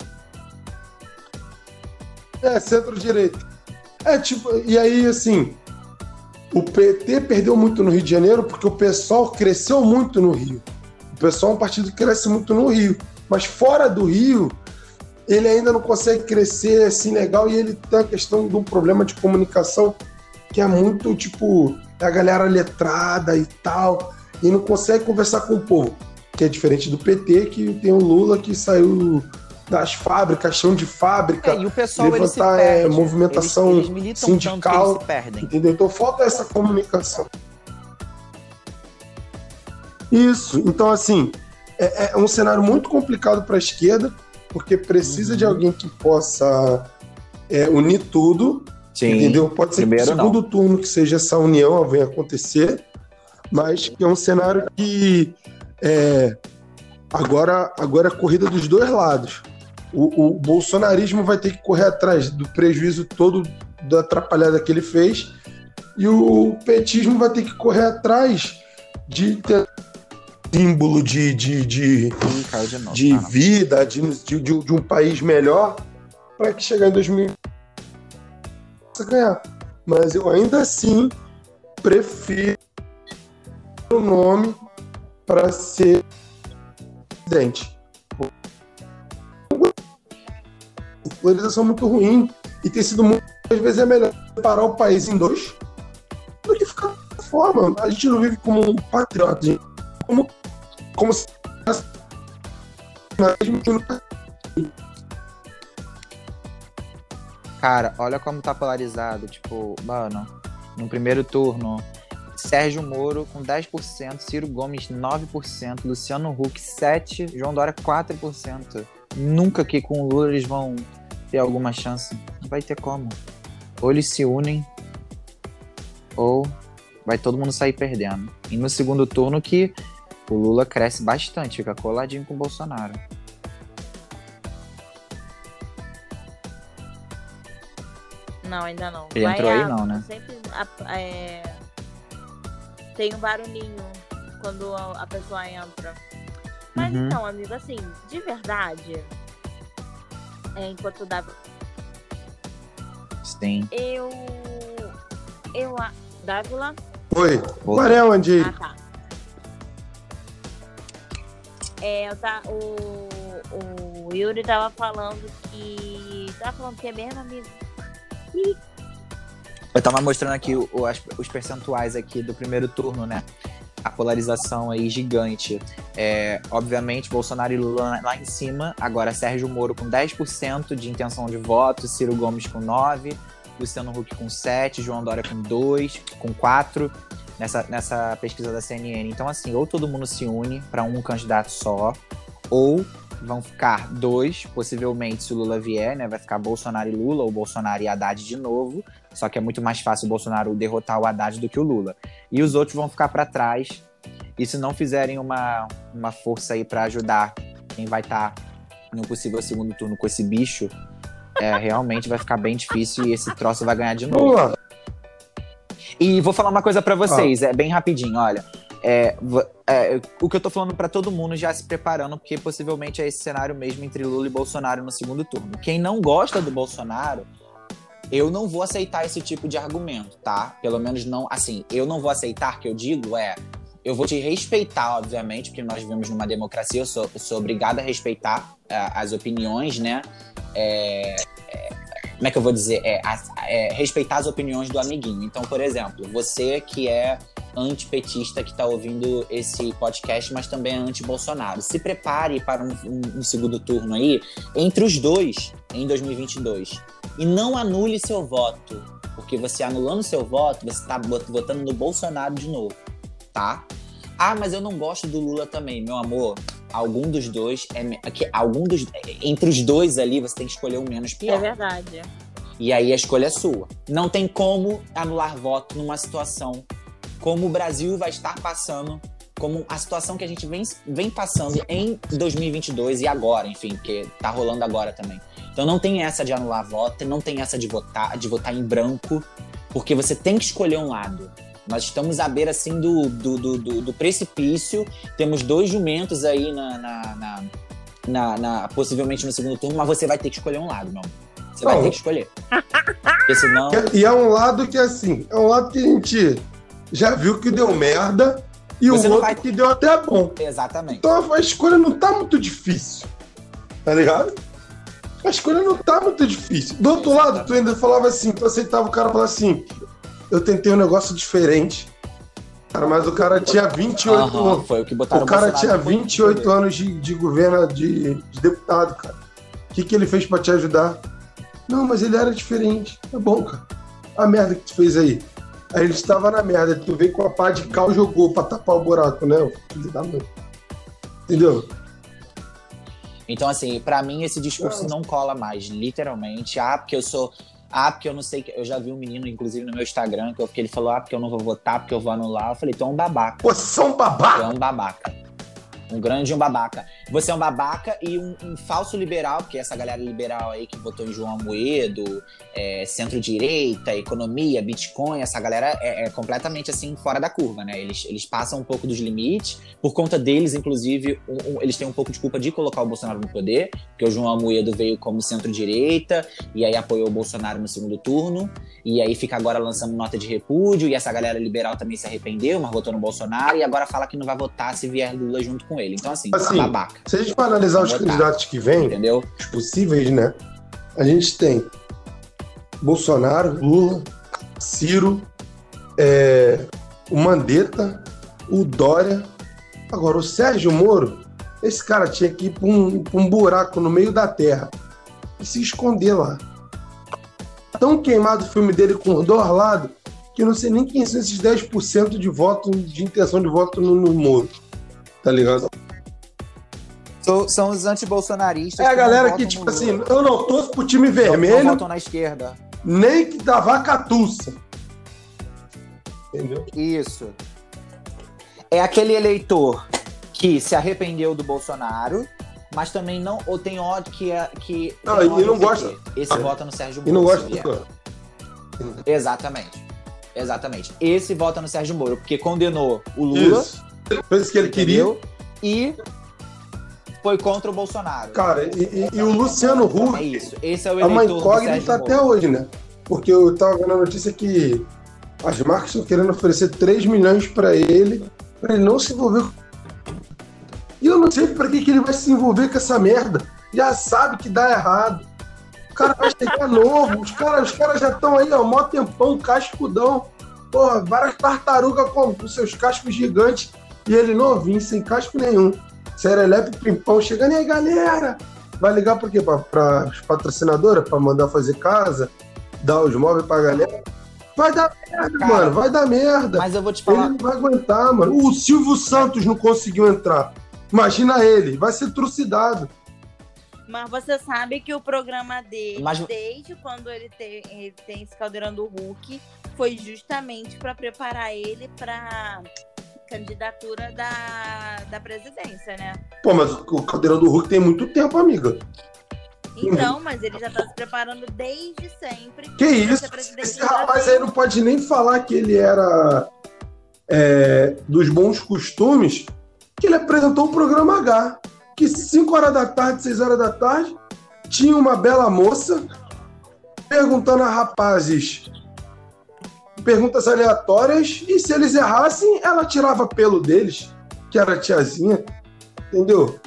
Speaker 2: É, centro-direita. É, tipo, e aí, assim, o P T perdeu muito no Rio de Janeiro porque o pessoal cresceu muito no Rio. O pessoal é um partido que cresce muito no Rio. Mas fora do Rio, ele ainda não consegue crescer assim legal e ele tem a questão de um problema de comunicação que é muito, tipo, é a galera letrada e tal, e não consegue conversar com o povo. Que é diferente do P T, que tem o Lula que saiu das fábricas, chão de fábrica,
Speaker 3: É, e o pessoal, ele se
Speaker 2: levantar é,
Speaker 3: perde.
Speaker 2: movimentação
Speaker 3: eles, eles militam tanto que
Speaker 2: sindical,
Speaker 3: eles se perdem.
Speaker 2: entendeu? Então falta essa comunicação. Isso. Então, assim, é, é um cenário muito complicado para a esquerda, porque precisa
Speaker 3: Uhum.
Speaker 2: de alguém que possa é, unir tudo,
Speaker 3: Sim.
Speaker 2: entendeu? Pode ser que no
Speaker 3: Primeiro,
Speaker 2: segundo turno que seja essa união venha acontecer, mas que é um cenário que é, agora, agora é a corrida dos dois lados. O, o bolsonarismo vai ter que correr atrás do prejuízo todo da atrapalhada que ele fez, e o petismo vai ter que correr atrás de ter símbolo de, de, de, de, novo, de vida, de, de, de um país melhor, para que chegar em dois mil e vinte possa ganhar. Mas eu ainda assim prefiro o nome para ser presidente. A polarização é muito ruim e tem sido muito, às vezes é melhor separar o país em dois do que ficar dessa forma. A gente não vive como um patriota, gente. como como se
Speaker 3: Cara, olha como tá polarizado. Tipo, mano, no primeiro turno, Sérgio Moro com dez por cento, Ciro Gomes nove por cento, Luciano Huck sete por cento, João Dória quatro por cento. Nunca que com o Lula eles vão ter alguma chance. Não vai ter como. Ou eles se unem, ou vai todo mundo sair perdendo. E no segundo turno que o Lula cresce bastante, fica coladinho com o Bolsonaro.
Speaker 1: Não, ainda não.
Speaker 3: Ele
Speaker 1: vai
Speaker 3: entrou
Speaker 1: a,
Speaker 3: aí não, né?
Speaker 1: Sempre a, é, tem um barulhinho quando a, a pessoa entra. Mas
Speaker 3: uhum.
Speaker 1: então, amigo, assim, de verdade, é, enquanto dava...
Speaker 3: Sim.
Speaker 1: Eu... Eu... Dávila?
Speaker 2: Oi. Agora é onde?
Speaker 1: Ah, tá. É, eu tá, o, o Yuri tava falando que... Tava falando que é mesmo, amigo?
Speaker 3: Eu tava mostrando aqui o, o, as, os percentuais aqui do primeiro turno, né? A polarização aí gigante. É, obviamente, Bolsonaro e Lula lá em cima. Agora, Sérgio Moro com dez por cento de intenção de voto, Ciro Gomes com nove por cento, Luciano Huck com sete por cento, João Dória com dois por cento, com quatro por cento nessa, nessa pesquisa da C N N. Então, assim, ou todo mundo se une para um candidato só, ou vão ficar dois, possivelmente, se o Lula vier, né? Vai ficar Bolsonaro e Lula, ou Bolsonaro e Haddad de novo. Só que é muito mais fácil o Bolsonaro derrotar o Haddad do que o Lula. E os outros vão ficar para trás. E se não fizerem uma, uma força aí para ajudar quem vai estar tá no possível segundo turno com esse bicho, é, realmente vai ficar bem difícil e esse troço vai ganhar de novo.
Speaker 2: Boa.
Speaker 3: E vou falar uma coisa para vocês, ah. é bem rapidinho, olha. É, é, o que eu tô falando pra todo mundo já se preparando, porque possivelmente é esse cenário mesmo entre Lula e Bolsonaro no segundo turno. Quem não gosta do Bolsonaro, eu não vou aceitar esse tipo de argumento, tá? Pelo menos não, assim, eu não vou aceitar, que eu digo é, eu vou te respeitar, obviamente, porque nós vivemos numa democracia, eu sou, eu sou obrigado a respeitar uh, as opiniões, né? É, é, como é que eu vou dizer? É, é, respeitar as opiniões do amiguinho. Então, por exemplo, você que é antipetista que está ouvindo esse podcast, mas também é anti-Bolsonaro. Se prepare para um, um, um segundo turno aí entre os dois em dois mil e vinte e dois. E não anule seu voto, porque você anulando seu voto, você está votando no Bolsonaro de novo, tá? Ah, mas eu não gosto do Lula também, meu amor. Algum dos dois, é, que, algum dos, entre os dois ali, você tem que escolher o menos pior.
Speaker 1: É verdade.
Speaker 3: E aí a escolha é sua. Não tem como anular voto numa situação como o Brasil vai estar passando, como a situação que a gente vem, vem passando em dois mil e vinte e dois e agora, enfim, porque tá rolando agora também. Então não tem essa de anular voto, não tem essa de votar, de votar em branco, porque você tem que escolher um lado. Nós estamos à beira, assim, do, do, do, do, do precipício, temos dois jumentos aí, na, na, na, na, na, possivelmente no segundo turno, mas você vai ter que escolher um lado, meu amor. Você Bom, vai ter que escolher. Porque senão...
Speaker 2: E é um lado que, assim, é um lado que a gente já viu que deu merda e você o outro vai... que deu até bom.
Speaker 3: Exatamente.
Speaker 2: Então a escolha não tá muito difícil, tá ligado? A escolha não tá muito difícil. Do outro Exatamente. lado, tu ainda falava assim, tu aceitava o cara falar assim, eu tentei um negócio diferente, cara, mas o cara tinha vinte e oito
Speaker 3: uhum,
Speaker 2: anos.
Speaker 3: Foi o que botaram
Speaker 2: o cara tinha vinte e oito anos de, de governo, de, de deputado, cara. O que, que ele fez pra te ajudar? Não, mas ele era diferente. Tá bom, cara. A merda que tu fez aí. Aí ele estava na merda, tu veio com a pá de cal e jogou pra tapar o buraco, né? Filho da mãe. Entendeu?
Speaker 3: Então, assim, pra mim esse discurso não. não cola mais, literalmente. Ah, porque eu sou... Ah, porque eu não sei... Eu já vi um menino, inclusive, no meu Instagram, que, eu, que ele falou, ah, porque eu não vou votar, porque eu vou anular. Eu falei, tu é um babaca.
Speaker 2: Você é um babaca?
Speaker 3: Tu é um babaca. Um grande um babaca. Você é um babaca e um, um falso liberal, porque essa galera liberal aí que votou em João Amoedo, é, centro-direita, economia, Bitcoin, essa galera é, é completamente assim fora da curva, né? Eles, eles passam um pouco dos limites. Por conta deles, inclusive, um, um, eles têm um pouco de culpa de colocar o Bolsonaro no poder, porque o João Amoedo veio como centro-direita e aí apoiou o Bolsonaro no segundo turno, e aí fica agora lançando nota de repúdio, e essa galera liberal também se arrependeu, mas votou no Bolsonaro, e agora fala que não vai votar se vier Lula junto com ele. Então, assim,
Speaker 2: assim
Speaker 3: babaca.
Speaker 2: Se a gente for analisar os
Speaker 3: votar,
Speaker 2: candidatos que vêm,
Speaker 3: entendeu?
Speaker 2: Os possíveis, né? A gente tem Bolsonaro, Lula, Ciro, é, o Mandetta, o Dória. Agora, o Sérgio Moro, esse cara tinha que ir para um, pra um buraco no meio da terra e se esconder lá. Tão queimado o filme dele com o Dorlado que eu não sei nem quem são esses dez por cento de voto, de intenção de voto no, no Moro. Tá ligado?
Speaker 3: So, são os anti-bolsonaristas.
Speaker 2: É a galera que, tipo assim, eu não torço pro time vermelho.
Speaker 3: Não votam na esquerda.
Speaker 2: Nem que da vaca tussa. Entendeu?
Speaker 3: Isso. É aquele eleitor que se arrependeu do Bolsonaro, mas também não, ou tem ódio que é que
Speaker 2: não, e não gosta.
Speaker 3: Esse ah, vota no Sérgio Moro.
Speaker 2: E não gosta do
Speaker 3: Exatamente. Exatamente. Esse vota no Sérgio Moro, porque condenou o Lula.
Speaker 2: Isso. Fez o que ele
Speaker 3: entendeu?
Speaker 2: queria.
Speaker 3: E foi contra o Bolsonaro.
Speaker 2: Cara, e, e, e o Luciano Huck.
Speaker 3: É isso. Esse é o
Speaker 2: eleitor. É uma
Speaker 3: eleitor
Speaker 2: incógnita até hoje, né? Porque eu tava vendo a notícia que as marcas estão querendo oferecer três milhões pra ele, pra ele não se envolver com. E eu não sei pra que, que ele vai se envolver com essa merda. Já sabe que dá errado. O cara vai chegar novo. Os caras os cara já estão aí, ó, mó tempão, cascudão. Porra, várias tartarugas com, com seus cascos gigantes. E ele novinho, sem casco nenhum. Serelepe, pimpão, chegando. E aí, galera? Vai ligar pra quê? Pra, pra as patrocinadoras? Pra mandar fazer casa? Dar os móveis pra galera? Vai dar merda, cara, mano. Vai dar merda.
Speaker 3: Mas eu vou te falar.
Speaker 2: Ele não vai aguentar, mano. O Silvio Santos não conseguiu entrar. Imagina ele. Vai ser trucidado.
Speaker 1: Mas você sabe que o programa dele,
Speaker 3: Mas...
Speaker 1: desde quando ele tem, ele tem esse Caldeirão do Hulk, foi justamente para preparar ele para candidatura da, da presidência, né?
Speaker 2: Pô, mas o Caldeirão do Hulk tem muito tempo, amiga.
Speaker 1: Então, mas ele já tá se preparando desde sempre.
Speaker 2: Que isso? Esse rapaz aí não pode nem falar que ele era é, dos bons costumes, que ele apresentou o programa H, que cinco horas da tarde, seis horas da tarde, tinha uma bela moça perguntando a rapazes perguntas aleatórias, e se eles errassem, ela tirava pelo deles, que era a tiazinha, entendeu?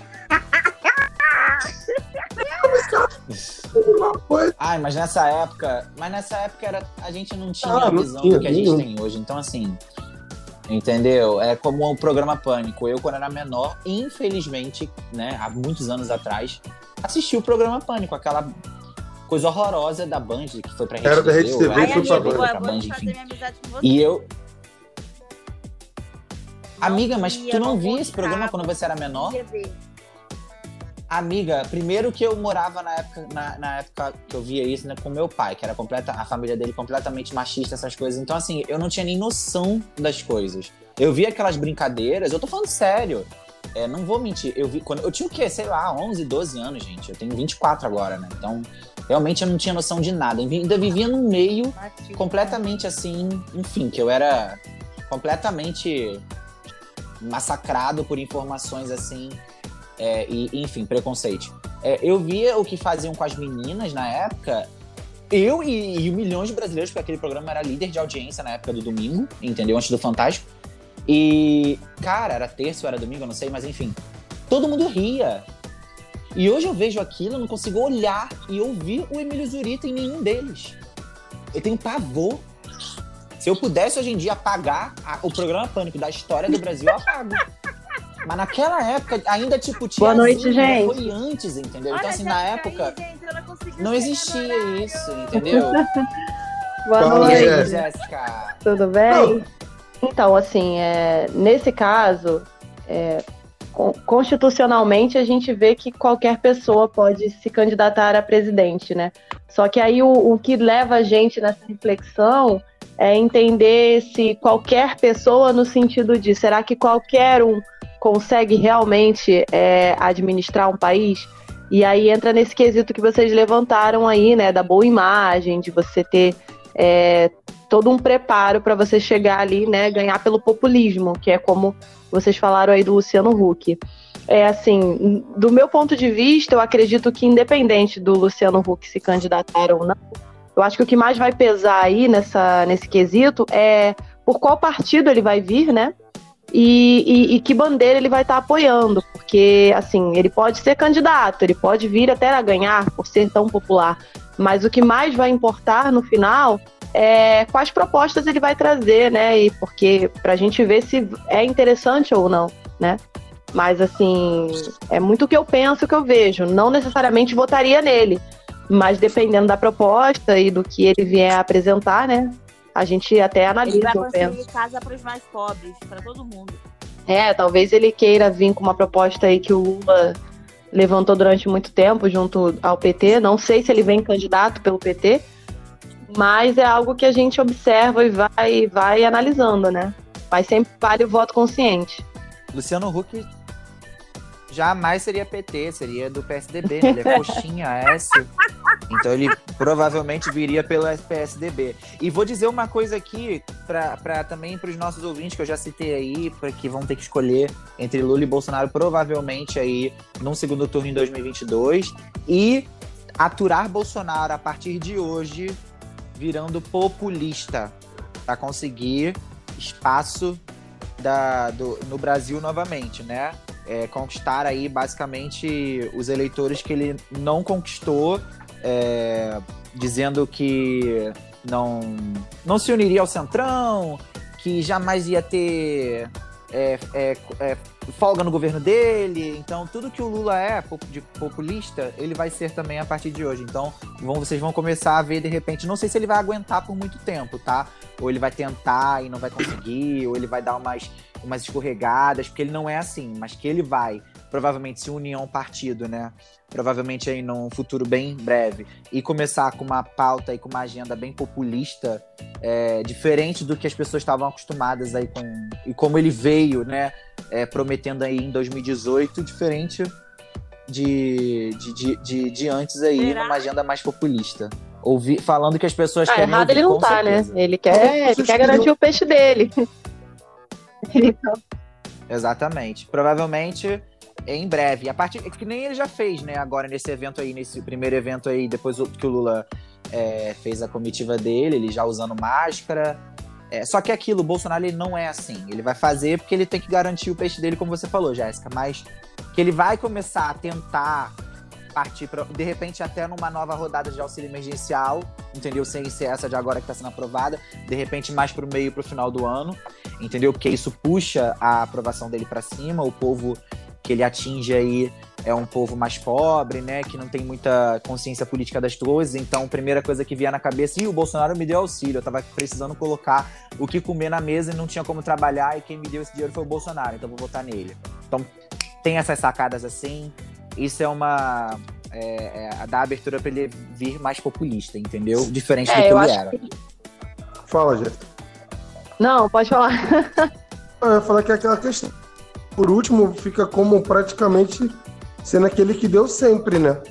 Speaker 3: Ai, mas nessa época, mas nessa época era, a gente não tinha
Speaker 2: ah,
Speaker 3: a visão
Speaker 2: não tinha,
Speaker 3: do que a gente
Speaker 2: não.
Speaker 3: tem hoje, então assim, entendeu? É como o programa Pânico. Eu, quando era menor, infelizmente, né, há muitos anos atrás, assisti o programa Pânico, aquela coisa horrorosa da Band, que foi pra Rede
Speaker 2: Era da Rede T V,
Speaker 1: Ai,
Speaker 2: foi pra
Speaker 1: amigo,
Speaker 2: Band.
Speaker 1: eu vou fazer minha amizade com você.
Speaker 3: E eu...
Speaker 1: Não
Speaker 3: Amiga, mas
Speaker 1: via,
Speaker 3: tu não
Speaker 1: não
Speaker 3: via esse programa quando você era menor? Amiga, primeiro que eu morava na época, na, na época que eu via isso, né, com meu pai, que era completa, a família dele completamente machista, essas coisas. Então, assim, eu não tinha nem noção das coisas. Eu via aquelas brincadeiras, eu tô falando sério. É, não vou mentir, eu vi quando eu tinha o quê? Sei lá, onze, doze anos, gente. Eu tenho vinte e quatro agora, né? Então, realmente eu não tinha noção de nada. Eu ainda vivia num meio completamente assim, enfim, que eu era completamente massacrado por informações assim, é, e, enfim, preconceito. É, eu via o que faziam com as meninas na época, eu e, e milhões de brasileiros, porque aquele programa era líder de audiência na época do domingo, entendeu? Antes do Fantástico. E, cara, era terça ou era domingo, eu não sei, mas enfim, todo mundo ria. E hoje eu vejo aquilo, eu não consigo olhar e ouvir o Emílio Zurita em nenhum deles. Eu tenho pavor. Se eu pudesse hoje em dia apagar a, o programa Pânico da história do Brasil, eu apago. Mas naquela época, ainda tipo, tinha.
Speaker 4: Boa noite, gente.
Speaker 3: Foi antes, entendeu?
Speaker 1: Olha,
Speaker 3: então, assim, na época,
Speaker 1: aí, gente,
Speaker 3: não existia isso, entendeu?
Speaker 4: Boa
Speaker 2: Fala,
Speaker 4: noite,
Speaker 2: Jéssica.
Speaker 3: Jéssica.
Speaker 4: tudo bem?
Speaker 2: Não.
Speaker 4: Então, assim, é, nesse caso, é, con- constitucionalmente a gente vê que qualquer pessoa pode se candidatar a presidente, né? Só que aí o, o que leva a gente nessa reflexão é entender se qualquer pessoa no sentido de, será que qualquer um consegue realmente é, administrar um país? E aí entra nesse quesito que vocês levantaram aí, né, da boa imagem, de você ter é, todo um preparo para você chegar ali, né, ganhar pelo populismo, que é como vocês falaram aí do Luciano Huck. É assim, do meu ponto de vista, eu acredito que independente do Luciano Huck se candidatar ou não, eu acho que o que mais vai pesar aí nessa, nesse quesito é por qual partido ele vai vir, né? E, e, e que bandeira ele vai estar apoiando, porque assim, ele pode ser candidato, ele pode vir até a ganhar por ser tão popular, mas o que mais vai importar no final é quais propostas ele vai trazer, né? E porque pra gente ver se é interessante ou não, né? Mas assim, é muito o que eu penso, o que eu vejo. Não necessariamente votaria nele, mas dependendo da proposta e do que ele vier a apresentar, né? A gente até analisa,
Speaker 1: ele vai
Speaker 4: eu
Speaker 1: construir
Speaker 4: penso.
Speaker 1: casa para os mais pobres, para todo mundo.
Speaker 4: É, talvez ele queira vir com uma proposta aí que o Lula levantou durante muito tempo junto ao P T. Não sei se ele vem candidato pelo P T, mas é algo que a gente observa e vai, vai analisando, né? Mas sempre vale o voto consciente.
Speaker 3: Luciano Huck jamais seria P T, seria do P S D B, né? Ele é coxinha, Écio. Então ele provavelmente viria pelo P S D B. E vou dizer uma coisa aqui, pra, pra também para os nossos ouvintes, que eu já citei aí, pra que vão ter que escolher entre Lula e Bolsonaro, provavelmente aí num segundo turno em dois mil e vinte e dois, e aturar Bolsonaro a partir de hoje virando populista, para conseguir espaço da, do, no Brasil novamente, né? É, conquistar aí basicamente os eleitores que ele não conquistou, é, dizendo que não, não se uniria ao Centrão, que jamais ia ter é, é, é, folga no governo dele. Então tudo que o Lula é de populista, ele vai ser também a partir de hoje. Então vão, vocês vão começar a ver de repente, não sei se ele vai aguentar por muito tempo, tá? Ou ele vai tentar e não vai conseguir, ou ele vai dar umas umas escorregadas, porque ele não é assim, mas que ele vai provavelmente se unir a um partido, né? Provavelmente aí num futuro bem breve, e começar com uma pauta e com uma agenda bem populista, é, diferente do que as pessoas estavam acostumadas aí com, e como ele veio, né, é, prometendo aí em dois mil e dezoito, diferente de, de, de, de, de antes aí,
Speaker 1: Será?
Speaker 3: Numa agenda mais populista. Ouvi, falando que as pessoas
Speaker 4: Ah,
Speaker 3: querem
Speaker 4: errado
Speaker 3: ouvir,
Speaker 4: ele não
Speaker 3: com
Speaker 4: tá,
Speaker 3: certeza.
Speaker 4: né? Ele quer, ele quer garantir o peixe dele. Então,
Speaker 3: Exatamente. Provavelmente em breve. A partir que nem ele já fez, né? Agora nesse evento aí, nesse primeiro evento aí, depois que o Lula é, fez a comitiva dele, ele já usando máscara. É, só que aquilo, o Bolsonaro ele não é assim. Ele vai fazer porque ele tem que garantir o peixe dele, como você falou, Jéssica. Mas que ele vai começar a tentar partir, pra, de repente, até numa nova rodada de auxílio emergencial, entendeu? Sem ser essa de agora que está sendo aprovada, de repente mais para o meio, para o final do ano, entendeu? Porque isso puxa a aprovação dele para cima, o povo que ele atinge aí é um povo mais pobre, né? Que não tem muita consciência política das coisas, então a primeira coisa que vier na cabeça, e o Bolsonaro me deu auxílio, eu tava precisando colocar o que comer na mesa e não tinha como trabalhar, e quem me deu esse dinheiro foi o Bolsonaro, então vou votar nele. Então tem essas sacadas assim. Isso é uma... É, é, dá abertura para ele vir mais populista, entendeu? Diferente
Speaker 4: É,
Speaker 3: do que
Speaker 4: eu
Speaker 3: ele
Speaker 4: acho
Speaker 3: era.
Speaker 4: que-
Speaker 2: Fala, Jéssica.
Speaker 4: Não, pode falar.
Speaker 2: Eu ia falar que é aquela questão. Por último, fica como praticamente sendo aquele que deu sempre, né?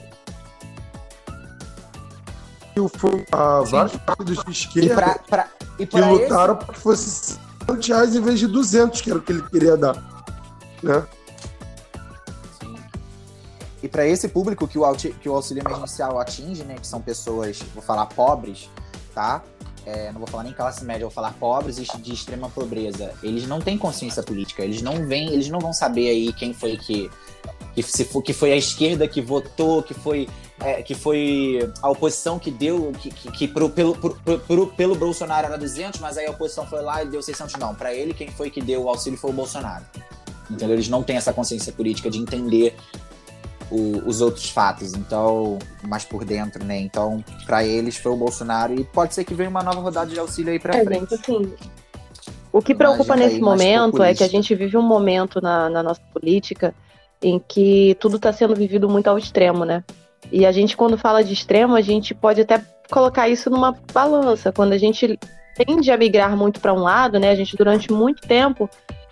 Speaker 2: E foi a
Speaker 3: Sim.
Speaker 2: vários partidos de
Speaker 3: E
Speaker 2: esquerda
Speaker 3: pra, pra, e
Speaker 2: que
Speaker 3: pra
Speaker 2: lutaram para que fosse cem reais em vez de duzentos, que era o que ele queria dar. Né?
Speaker 3: esse, sim. E para esse público que o, auxi- que o auxílio emergencial atinge, né? Que são pessoas, vou falar pobres, tá? É, não vou falar nem classe média, vou falar pobres e de extrema pobreza. Eles não têm consciência política, eles não vêm, eles não vão saber aí quem foi que que, se for, que foi a esquerda que votou, que foi, é, que foi a oposição que deu, que, que, que pro, pelo, pro, pro, pelo Bolsonaro era duzentos, mas aí a oposição foi lá e deu seiscentos. Não, para ele quem foi que deu o auxílio foi o Bolsonaro. Entendeu? Eles não têm essa consciência política de entender o, os outros fatos, então, mais por dentro, né? Então, para eles foi o Bolsonaro, e pode ser que venha uma nova rodada de auxílio aí para
Speaker 4: É,
Speaker 3: frente.
Speaker 4: gente, assim, o que
Speaker 3: Uma
Speaker 4: preocupa
Speaker 3: agenda
Speaker 4: nesse
Speaker 3: aí mais
Speaker 4: momento é
Speaker 3: populista.
Speaker 4: que a gente vive um momento na, na nossa política em que tudo está sendo vivido muito ao extremo, né? E a gente, quando fala de extremo, a gente pode até colocar isso numa balança. Quando a gente tende a migrar muito para um lado, né? A gente, durante muito tempo,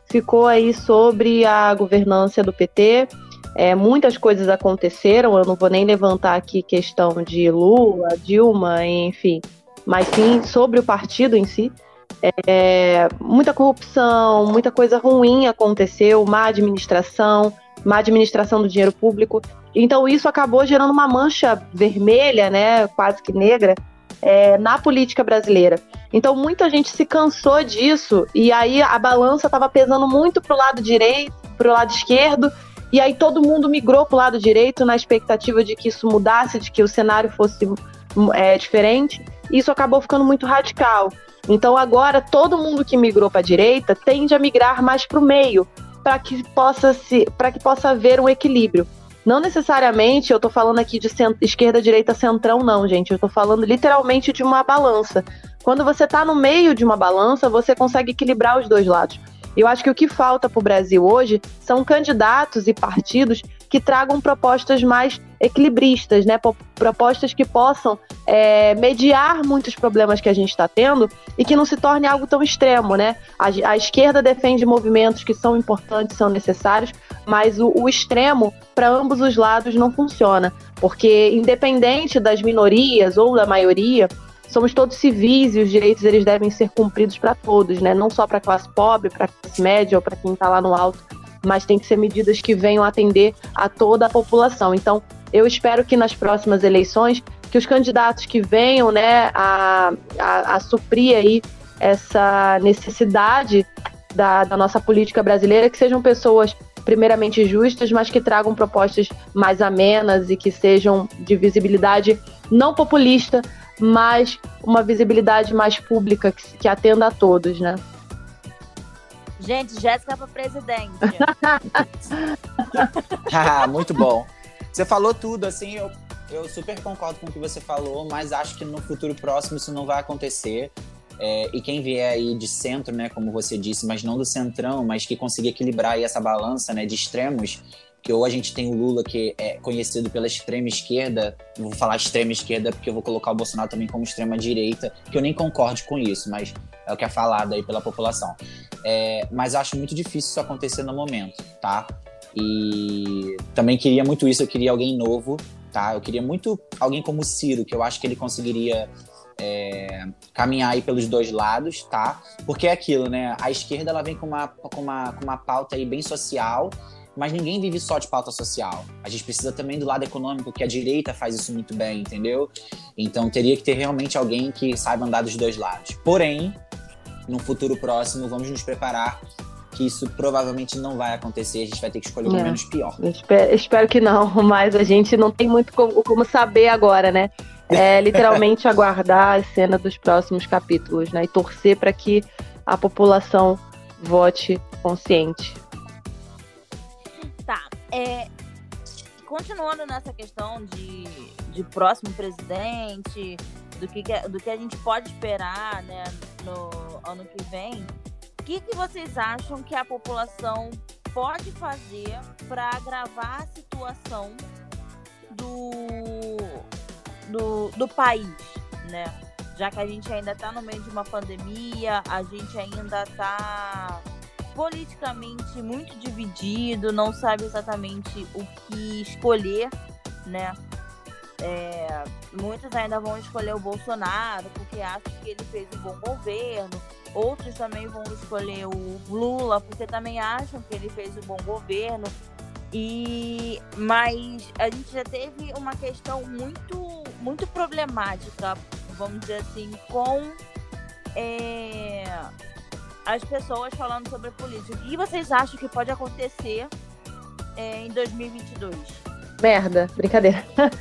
Speaker 4: ficou aí sobre a governança do P T. É, muitas coisas aconteceram, eu não vou nem levantar aqui questão de Lula, Dilma, enfim, mas sim sobre o partido em si. É, muita corrupção, muita coisa ruim aconteceu, má administração, má administração do dinheiro público. Então isso acabou gerando uma mancha vermelha, né, quase que negra, é, na política brasileira. Então muita gente se cansou disso e aí a balança estava pesando muito para o lado direito, para o lado esquerdo, e aí todo mundo migrou para o lado direito na expectativa de que isso mudasse, de que o cenário fosse é, diferente. E isso acabou ficando muito radical. Então agora todo mundo que migrou para a direita tende a migrar mais para o meio, para que possa se, para que possa haver um equilíbrio. Não necessariamente eu estou falando aqui de cent- esquerda, direita, centrão, não, gente. Eu estou falando literalmente de uma balança. Quando você está no meio de uma balança, você consegue equilibrar os dois lados. Eu acho que o que falta para o Brasil hoje são candidatos e partidos que tragam propostas mais equilibristas, né? Propostas que possam é, mediar muitos problemas que a gente está tendo e que não se torne algo tão extremo, né? A, a esquerda defende movimentos que são importantes, são necessários, mas o, o extremo, para ambos os lados, não funciona. Porque, independente das minorias ou da maioria, somos todos civis e os direitos eles devem ser cumpridos para todos, né? Não só para a classe pobre, para a classe média ou para quem está lá no alto, mas tem que ser medidas que venham atender a toda a população. Então, eu espero que nas próximas eleições, que os candidatos que venham, né, a, a, a suprir aí essa necessidade da, da nossa política brasileira, que sejam pessoas primeiramente justas, mas que tragam propostas mais amenas e que sejam de visibilidade não populista, mas uma visibilidade mais pública que, que atenda a todos, né?
Speaker 1: Gente, Jéssica para presidente.
Speaker 3: Muito bom. Você falou tudo, assim, eu, eu super concordo com o que você falou, mas acho que no futuro próximo isso não vai acontecer. É, e quem vier aí de centro, né, como você disse, mas não do centrão, mas que consiga equilibrar aí essa balança, né, de extremos, que ou a gente tem o Lula, que é conhecido pela extrema esquerda, vou falar extrema esquerda porque eu vou colocar o Bolsonaro também como extrema direita, que eu nem concordo com isso, mas é o que é falado aí pela população. É, mas acho muito difícil isso acontecer no momento, tá? E também queria muito isso, eu queria alguém novo, tá? Eu queria muito alguém como o Ciro, que eu acho que ele conseguiria é, caminhar aí pelos dois lados, tá? Porque é aquilo, né? A esquerda, ela vem com uma, com uma, com uma pauta aí bem social, mas ninguém vive só de pauta social. A gente precisa também do lado econômico, que a direita faz isso muito bem, entendeu? Então teria que ter realmente alguém que saiba andar dos dois lados. Porém, no futuro próximo, vamos nos preparar que isso provavelmente não vai acontecer. A gente vai ter que escolher o é. menos pior.
Speaker 4: Eu espero, espero que não, mas a gente não tem muito como, como saber agora, né? É literalmente aguardar a cena dos próximos capítulos, né? E torcer para que a população vote consciente.
Speaker 1: Tá, é, continuando nessa questão de, de próximo presidente, do que, do que a gente pode esperar, né, no ano que vem, o que, que vocês acham que a população pode fazer para agravar a situação do, do, do país, né? Já que a gente ainda está no meio de uma pandemia, a gente ainda está politicamente muito dividido, não sabe exatamente o que escolher, né? É, muitos ainda vão escolher o Bolsonaro porque acham que ele fez um bom governo, outros também vão escolher o Lula porque também acham que ele fez um bom governo. E mas a gente já teve uma questão muito, muito problemática, vamos dizer assim, com é, as pessoas falando sobre política. O que vocês acham que pode acontecer é, em dois mil e vinte e dois?
Speaker 4: Merda, brincadeira.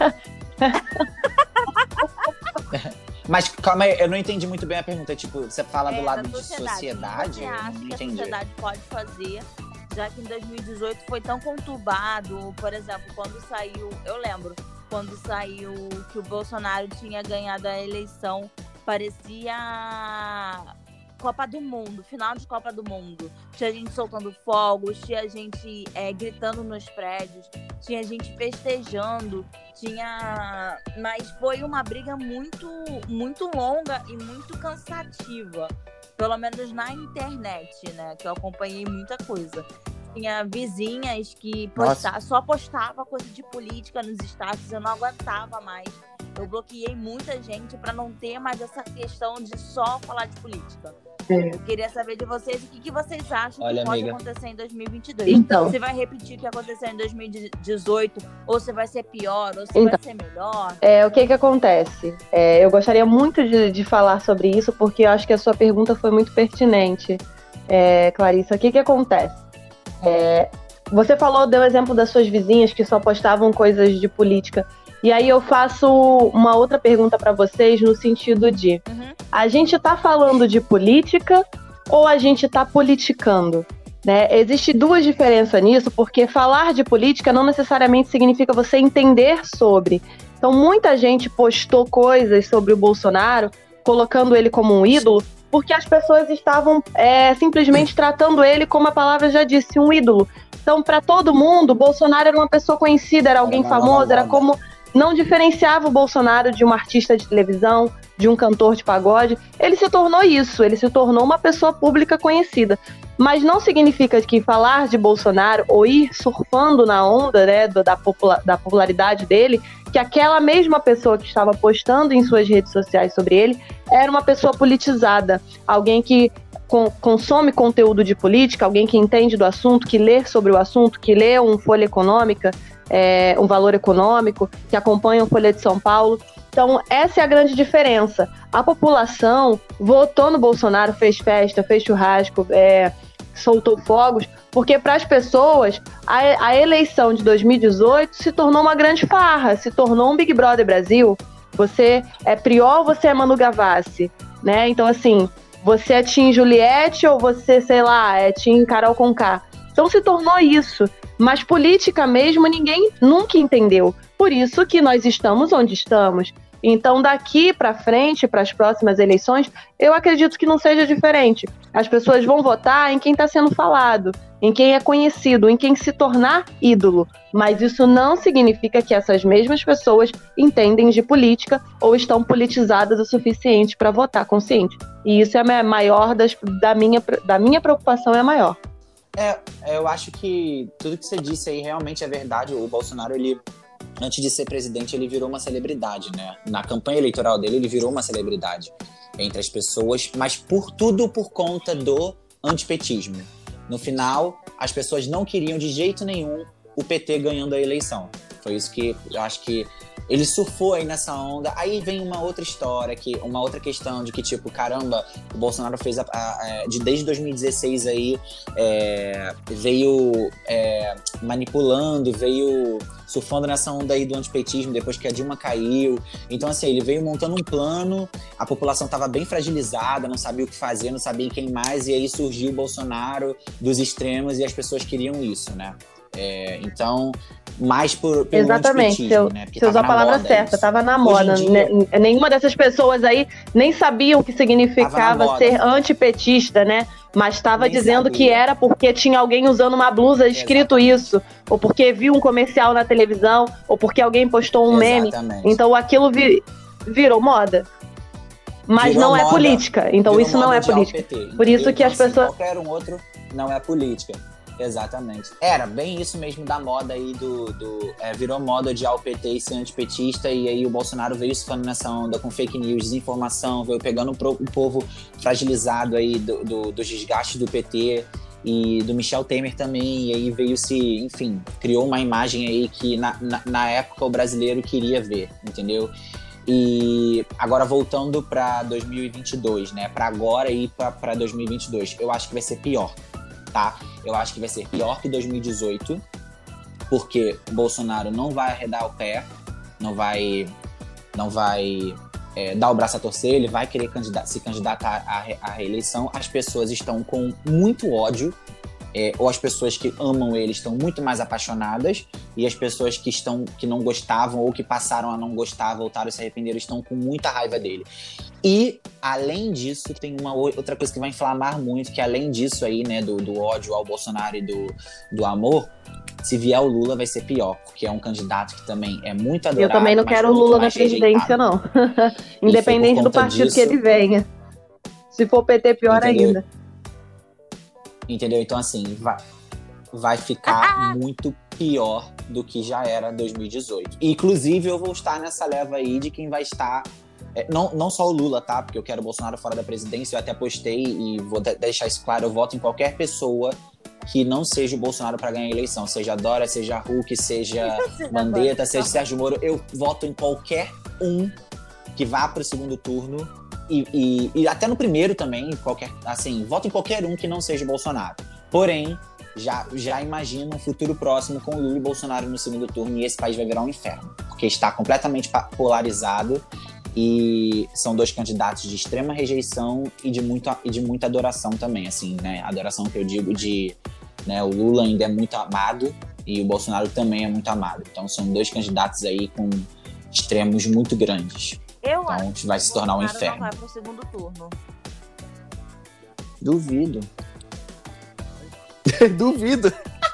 Speaker 3: Mas calma aí, eu não entendi muito bem a pergunta. Tipo, você fala
Speaker 1: é,
Speaker 3: do lado
Speaker 1: sociedade.
Speaker 3: de sociedade?
Speaker 1: O que você acha
Speaker 3: não
Speaker 1: que
Speaker 3: entendi.
Speaker 1: a sociedade pode fazer, já que em dois mil e dezoito foi tão conturbado? Por exemplo, quando saiu, eu lembro, quando saiu que o Bolsonaro tinha ganhado a eleição, parecia Copa do Mundo, final de Copa do Mundo. Tinha gente soltando fogos, tinha gente é, gritando nos prédios, tinha gente festejando, tinha... Mas foi uma briga muito, muito longa e muito cansativa. pelo menos na internet, né? Que eu acompanhei muita coisa. Tinha vizinhas que posta, só postava coisa de política nos status, eu não aguentava mais. Eu bloqueei muita gente para não ter mais essa questão de só falar de política. É. Eu queria saber de vocês o que, que vocês acham Olha, que pode amiga. acontecer em dois mil e vinte e dois. Então, você vai repetir o que aconteceu em dois mil e dezoito, ou se vai ser pior, ou se então, vai ser melhor?
Speaker 4: É, o que que acontece? É, eu gostaria muito de, de falar sobre isso, porque eu acho que a sua pergunta foi muito pertinente, é, Clarissa. O que que acontece? É, você falou, deu exemplo das suas vizinhas que só postavam coisas de política. E aí eu faço uma outra pergunta para vocês no sentido de uhum. a gente tá falando de política ou a gente tá politicando? Né? Existem duas diferenças nisso, porque falar de política não necessariamente significa você entender sobre. Então muita gente postou coisas sobre o Bolsonaro, colocando ele como um ídolo, porque as pessoas estavam é, simplesmente tratando ele, como a palavra já disse, um ídolo. Então, para todo mundo, Bolsonaro era uma pessoa conhecida, era alguém famoso, era como... Não diferenciava o Bolsonaro de um artista de televisão, de um cantor de pagode. Ele se tornou isso, ele se tornou uma pessoa pública conhecida. Mas não significa que falar de Bolsonaro ou ir surfando na onda, né, da, popula- da popularidade dele, que aquela mesma pessoa que estava postando em suas redes sociais sobre ele era uma pessoa politizada, alguém que com, consome conteúdo de política, alguém que entende do assunto, que lê sobre o assunto, que lê um Folha Econômica, É, um Valor Econômico, que acompanha o Folha de São Paulo. Então, essa é a grande diferença. A população votou no Bolsonaro, fez festa, fez churrasco, é, soltou fogos, porque para as pessoas, a, a eleição de dois mil e dezoito se tornou uma grande farra, se tornou um Big Brother Brasil. Você é Priol ou você é Manu Gavassi, né? Então, assim, você é Team Juliette ou você, sei lá, é Team Carol Conká. Então, se tornou isso. Mas política mesmo ninguém nunca entendeu. Por isso que nós estamos onde estamos. Então, daqui para frente, para as próximas eleições, eu acredito que não seja diferente. As pessoas vão votar em quem está sendo falado, em quem é conhecido, em quem se tornar ídolo. Mas isso não significa que essas mesmas pessoas entendem de política ou estão politizadas o suficiente para votar consciente. E isso é a maior das, da, minha, da minha preocupação, é a maior.
Speaker 3: É, eu acho que tudo que você disse aí realmente é verdade. O Bolsonaro, ele, antes de ser presidente, ele virou uma celebridade, né? Na campanha eleitoral dele, ele virou uma celebridade entre as pessoas, mas por tudo por conta do antipetismo. No final, as pessoas não queriam de jeito nenhum o P T ganhando a eleição. Foi isso que eu acho que ele surfou aí nessa onda. Aí vem uma outra história, que, uma outra questão de que, tipo, caramba, o Bolsonaro fez, a, a, a, de, desde dois mil e dezesseis aí, é, veio é, manipulando, veio surfando nessa onda aí do antipetismo, depois que a Dilma caiu. Então, assim, ele veio montando um plano, a população estava bem fragilizada, não sabia o que fazer, não sabia quem mais, e aí surgiu o Bolsonaro dos extremos e as pessoas queriam isso, né? É, então, mais por, pelo
Speaker 4: Exatamente, seu,
Speaker 3: né?
Speaker 4: você usou a palavra certa, estava na moda. Dia, nenhuma dessas pessoas aí nem sabiam o que significava ser antipetista, né? Mas estava dizendo sabia. que era porque tinha alguém usando uma blusa escrito Exatamente. isso, ou porque viu um comercial na televisão, ou porque alguém postou um Exatamente. meme. Então aquilo vi, virou moda. Mas virou não moda, é política. Então isso não é política.
Speaker 3: P T,
Speaker 4: Por isso que
Speaker 3: então,
Speaker 4: as pessoas...
Speaker 3: Assim, qualquer um outro não é política. Exatamente. Era bem isso mesmo da moda aí do... do é, virou moda odiar o P T e ser antipetista, e aí o Bolsonaro veio surfando nessa onda com fake news, desinformação, veio pegando o, pro, o povo fragilizado aí do, do, dos desgastes do P T e do Michel Temer também, e aí veio se, enfim, criou uma imagem aí que na, na, na época o brasileiro queria ver, entendeu? E agora voltando para dois mil e vinte e dois, né? Para agora e para dois mil e vinte e dois, eu acho que vai ser pior. Tá? Eu acho que vai ser pior que dois mil e dezoito, porque o Bolsonaro não vai arredar o pé, não vai, não vai é, dar o braço a torcer, ele vai querer candidata, se candidatar à, à reeleição. As pessoas estão com muito ódio, é, ou as pessoas que amam ele estão muito mais apaixonadas, e as pessoas que, estão, que não gostavam ou que passaram a não gostar, voltaram a se arrepender, estão com muita raiva dele. E, além disso, tem uma outra coisa que vai inflamar muito, que além disso aí, né, do, do ódio ao Bolsonaro e do, do amor, se vier o Lula vai ser pior, porque é um candidato que também é muito adorado.
Speaker 4: Eu também não quero o Lula na presidência, não. Independente do partido disso, que ele venha. Se for P T, pior
Speaker 3: Entendeu?
Speaker 4: ainda.
Speaker 3: Entendeu? Então, assim, vai, vai ficar muito pior do que já era dois mil e dezoito. Inclusive, eu vou estar nessa leva aí de quem vai estar... É, não, não só o Lula, tá? Porque eu quero o Bolsonaro fora da presidência. Eu até postei e vou de- deixar isso claro. Eu voto em qualquer pessoa que não seja o Bolsonaro para ganhar a eleição. Seja Dória, seja Huck, seja Mandetta, seja Sérgio Moro. Eu voto em qualquer um que vá para o segundo turno. E, e, e até no primeiro também. Qualquer, assim, voto em qualquer um que não seja o Bolsonaro. Porém, já, já imagino um futuro próximo com Lula e Bolsonaro no segundo turno. E esse país vai virar um inferno. Porque está completamente polarizado. E são dois candidatos de extrema rejeição e de, muito, e de muita adoração também, assim, né? Adoração que eu digo de... Né, o Lula ainda é muito amado e o Bolsonaro também é muito amado. Então são dois candidatos aí com extremos muito grandes.
Speaker 1: Eu
Speaker 3: então
Speaker 1: acho
Speaker 3: vai se tornar um
Speaker 1: Bolsonaro
Speaker 3: inferno.
Speaker 1: não vai pro segundo turno.
Speaker 3: Duvido. Duvido.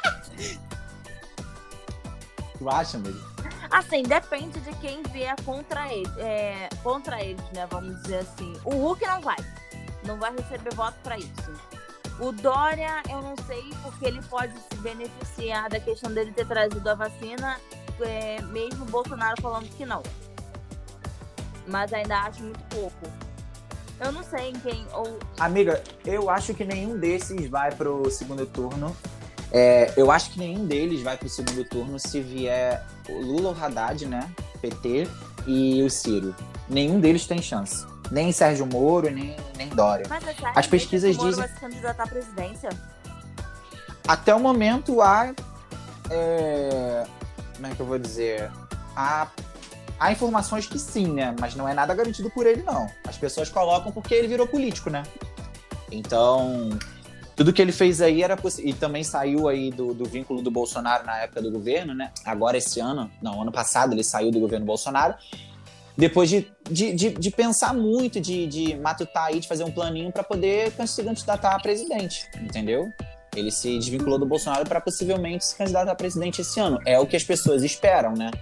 Speaker 3: Tu acha mesmo?
Speaker 1: Assim, depende de quem vier contra ele, é, contra eles, né? Vamos dizer assim. O Huck não vai. Não vai receber voto pra isso. O Dória, eu não sei, porque ele pode se beneficiar da questão dele ter trazido a vacina, é, mesmo o Bolsonaro falando que não. Mas ainda acho muito pouco. Eu não sei em quem... Ou...
Speaker 3: Amiga, eu acho que nenhum desses vai pro segundo turno. É, eu acho que nenhum deles vai pro segundo turno se vier o Lula ou Haddad, né? P T e o Ciro. Nenhum deles tem chance. Nem Sérgio Moro, nem, nem Dória.
Speaker 1: Mas é sério,
Speaker 3: As pesquisas
Speaker 1: o Moro
Speaker 3: dizem...
Speaker 1: vai se candidatar à presidência?
Speaker 3: Até o momento há... É, como é que eu vou dizer? Há, há informações que sim, né? Mas não é nada garantido por ele, não. As pessoas colocam porque ele virou político, né? Então... Tudo que ele fez aí era possível. E também saiu aí do, do vínculo do Bolsonaro na época do governo, né? Agora, esse ano, não, ano passado, ele saiu do governo Bolsonaro. Depois de, de, de, de pensar muito, de, de matutar aí, de fazer um planinho para poder se candidatar a presidente, entendeu? Ele se desvinculou do Bolsonaro para possivelmente se candidatar a presidente esse ano. É o que as pessoas esperam, né?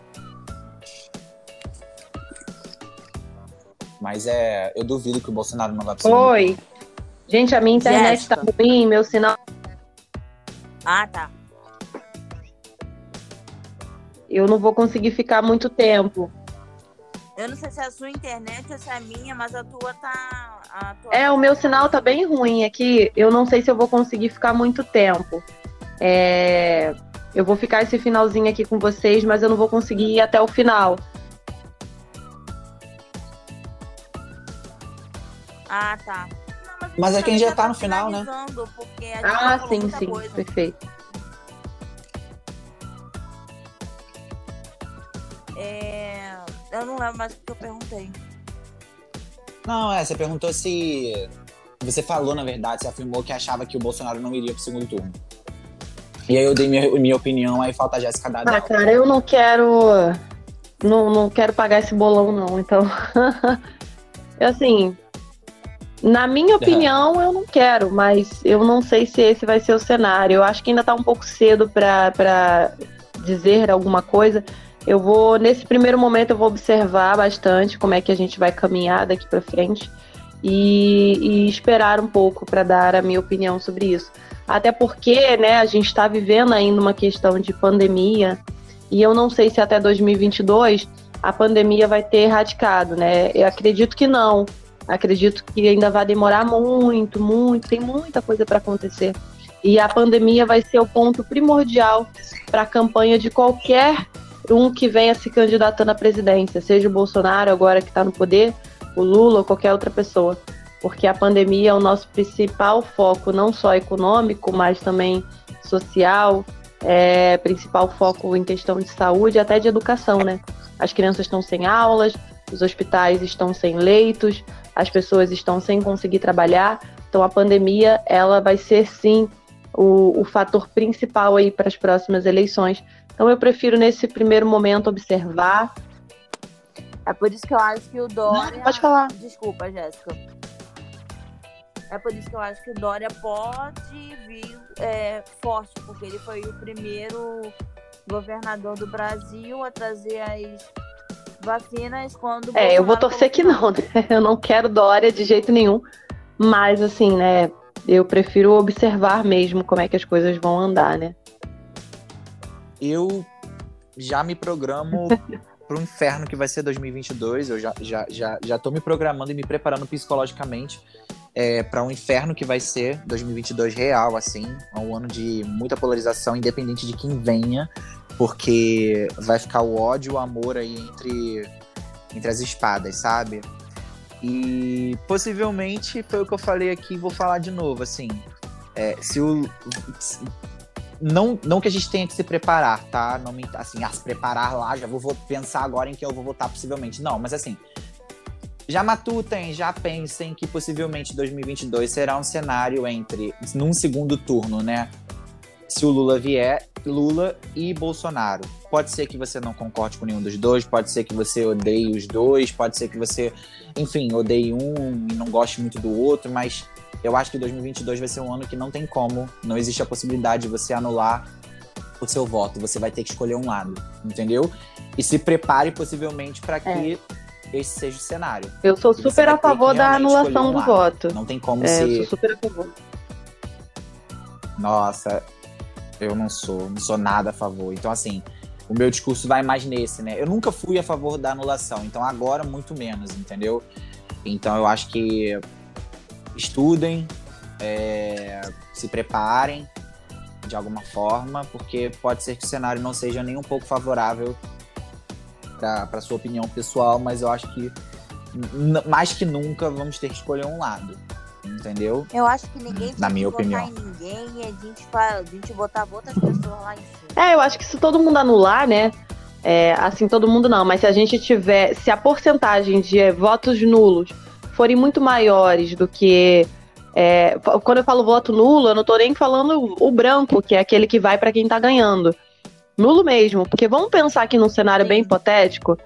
Speaker 3: Mas é, eu duvido que o Bolsonaro não vá para o segundo
Speaker 4: Oi.
Speaker 3: turno.
Speaker 4: Gente, a minha internet
Speaker 1: Jéssica.
Speaker 4: tá ruim, meu sinal...
Speaker 1: Ah, tá.
Speaker 4: Eu não vou conseguir ficar muito tempo.
Speaker 1: Eu não sei se é a sua internet ou se é a minha, mas a tua tá... A tua
Speaker 4: É, o meu sinal tá bem ruim aqui. Eu não sei se eu vou conseguir ficar muito tempo. É, eu vou ficar esse finalzinho aqui com vocês, mas eu não vou conseguir ir até o final.
Speaker 1: Ah, tá. Não,
Speaker 3: Mas é
Speaker 1: gente
Speaker 3: quem
Speaker 1: também
Speaker 3: já tá no final, né?
Speaker 1: finalizando, porque a gente
Speaker 4: Ah,
Speaker 1: falou
Speaker 4: sim,
Speaker 1: muita
Speaker 4: sim,
Speaker 1: coisa.
Speaker 4: perfeito.
Speaker 1: É, eu não lembro mais o que eu perguntei.
Speaker 3: Não, é, você perguntou se... Você falou, na verdade, você afirmou que achava que o Bolsonaro não iria pro segundo turno. E aí eu dei minha, minha opinião, aí falta a Jéssica dar
Speaker 4: Ah,
Speaker 3: dela.
Speaker 4: cara, eu não quero... Não, não quero pagar esse bolão, não. Então, assim... Na minha opinião, eu não quero, mas eu não sei se esse vai ser o cenário. Eu acho que ainda tá um pouco cedo para para dizer alguma coisa. Eu vou, nesse primeiro momento, eu vou observar bastante como é que a gente vai caminhar daqui para frente e, e esperar um pouco para dar a minha opinião sobre isso. Até porque, né, a gente está vivendo ainda uma questão de pandemia e eu não sei se até dois mil e vinte e dois a pandemia vai ter erradicado, né? Eu acredito que não. Acredito que ainda vai demorar muito, muito, tem muita coisa para acontecer. E a pandemia vai ser o ponto primordial para a campanha de qualquer um que venha se candidatando à presidência, seja o Bolsonaro agora que está no poder, o Lula ou qualquer outra pessoa. Porque a pandemia é o nosso principal foco, não só econômico, mas também social, é, principal foco em questão de saúde e até de educação, né? As crianças estão sem aulas, os hospitais estão sem leitos, as pessoas estão sem conseguir trabalhar, então a pandemia ela vai ser sim o, o fator principal aí para as próximas eleições. Então eu prefiro nesse primeiro momento observar.
Speaker 1: É por isso que eu acho que o Dória...
Speaker 4: Não, pode falar.
Speaker 1: Desculpa, Jéssica. É por isso que eu acho que o Dória pode vir é, forte, porque ele foi o primeiro governador do Brasil a trazer as vacinas quando...
Speaker 4: É, eu vou torcer que não, né? Eu não quero Dória de jeito nenhum, Mas, assim, né, eu prefiro observar mesmo como é que as coisas vão andar, né?
Speaker 3: Eu já me programo pro inferno que vai ser dois mil e vinte e dois. Eu já, já, já, já tô me programando e me preparando psicologicamente é, para um inferno que vai ser dois mil e vinte e dois real, assim. É um ano de muita polarização, independente de quem venha, porque vai ficar o ódio e o amor aí entre, entre as espadas, sabe? E possivelmente foi o que eu falei aqui, vou falar de novo, assim. É, se o... Se, Não, não que a gente tenha que se preparar, tá? Não me, assim, a se preparar lá, já vou, vou pensar agora em que eu vou votar possivelmente. Não, mas assim, já matutem, já pensem que possivelmente dois mil e vinte e dois será um cenário entre, num segundo turno, né? Se o Lula vier, Lula e Bolsonaro. Pode ser que você não concorde com nenhum dos dois, pode ser que você odeie os dois, pode ser que você, enfim, odeie um e não goste muito do outro, mas eu acho que dois mil e vinte e dois vai ser um ano que não tem como, não existe a possibilidade de você anular o seu voto, você vai ter que escolher um lado, entendeu? E se prepare possivelmente para que é. esse seja o cenário.
Speaker 4: Eu sou super a favor da anulação um do
Speaker 3: lado.
Speaker 4: voto.
Speaker 3: Não tem como
Speaker 4: é,
Speaker 3: ser...
Speaker 4: Eu sou super a favor.
Speaker 3: Nossa, eu não sou, não sou nada a favor. Então, assim, o meu discurso vai mais nesse, né? Eu nunca fui a favor da anulação, então agora muito menos, entendeu? Então eu acho que estudem, é, se preparem de alguma forma, porque pode ser que o cenário não seja nem um pouco favorável para a sua opinião pessoal, mas eu acho que n- mais que nunca vamos ter que escolher um lado, entendeu?
Speaker 1: Eu acho que ninguém
Speaker 3: Na
Speaker 1: tem
Speaker 3: minha
Speaker 1: que
Speaker 3: opinião.
Speaker 1: votar em ninguém e a gente, fala, a gente botar outras pessoas lá em cima.
Speaker 4: É, eu acho que se todo mundo anular, né, é, assim, todo mundo não, mas se a gente tiver, se a porcentagem de é, votos nulos forem muito maiores do que... É, quando eu falo voto nulo, eu não tô nem falando o branco, que é aquele que vai para quem tá ganhando. Nulo mesmo, porque vamos pensar aqui num cenário bem hipotético,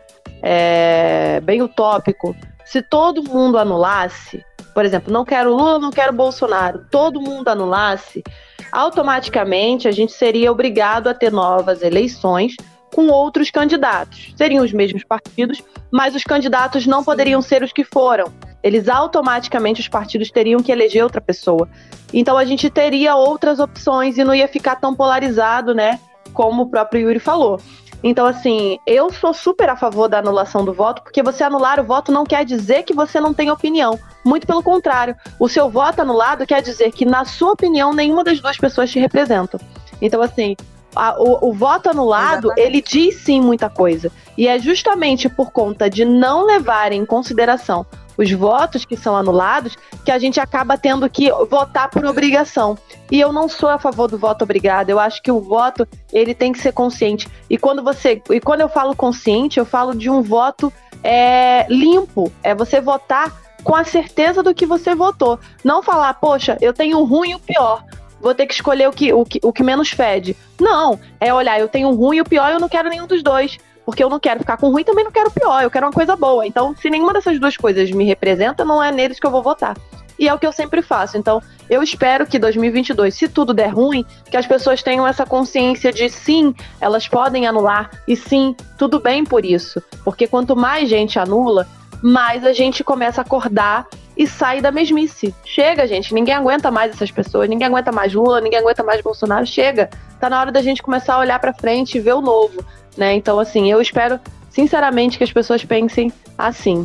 Speaker 4: é, bem utópico. Se todo mundo anulasse, por exemplo, não quero Lula, não quero Bolsonaro, todo mundo anulasse, automaticamente a gente seria obrigado a ter novas eleições com outros candidatos. Seriam os mesmos partidos, mas os candidatos não poderiam ser os que foram. Eles automaticamente, os partidos teriam que eleger outra pessoa. Então a gente teria outras opções e não ia ficar tão polarizado, né? Como o próprio Yuri falou. Então, assim, eu sou super a favor da anulação do voto, porque você anular o voto não quer dizer que você não tem opinião. Muito pelo contrário. O seu voto anulado quer dizer que, na sua opinião, nenhuma das duas pessoas te representam. Então, assim... A, o, o voto anulado, exatamente, ele diz sim muita coisa. E é justamente por conta de não levar em consideração os votos que são anulados que a gente acaba tendo que votar por obrigação. E eu não sou a favor do voto obrigado. Eu acho que o voto, ele tem que ser consciente. E quando você, e quando eu falo consciente, eu falo de um voto é, limpo. É você votar com a certeza do que você votou. Não falar, poxa, eu tenho o ruim e o pior, vou ter que escolher o que, o, que, o que menos fede. Não, é olhar, eu tenho o ruim e o pior e eu não quero nenhum dos dois. Porque eu não quero ficar com o ruim e também não quero o pior. Eu quero uma coisa boa. Então, se nenhuma dessas duas coisas me representa, não é neles que eu vou votar. E é o que eu sempre faço. Então, eu espero que dois mil e vinte e dois, se tudo der ruim, que as pessoas tenham essa consciência de sim, elas podem anular. E sim, tudo bem por isso. Porque quanto mais gente anula, mais a gente começa a acordar e sai da mesmice. Chega, gente, ninguém aguenta mais essas pessoas, ninguém aguenta mais Lula, ninguém aguenta mais Bolsonaro, chega. Tá na hora da gente começar a olhar pra frente e ver o novo, né? Então, assim, eu espero, sinceramente, que as pessoas pensem assim.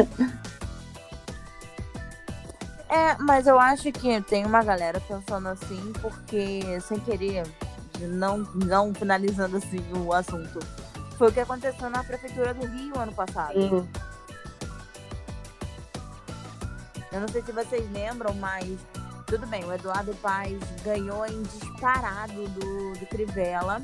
Speaker 1: É, mas eu acho que tem uma galera pensando assim, porque, sem querer, não, não finalizando assim o assunto, foi o que aconteceu na Prefeitura do Rio ano passado.
Speaker 4: Uhum.
Speaker 1: Eu não sei se vocês lembram, mas tudo bem, o Eduardo Paes ganhou em disparado do, do Crivella,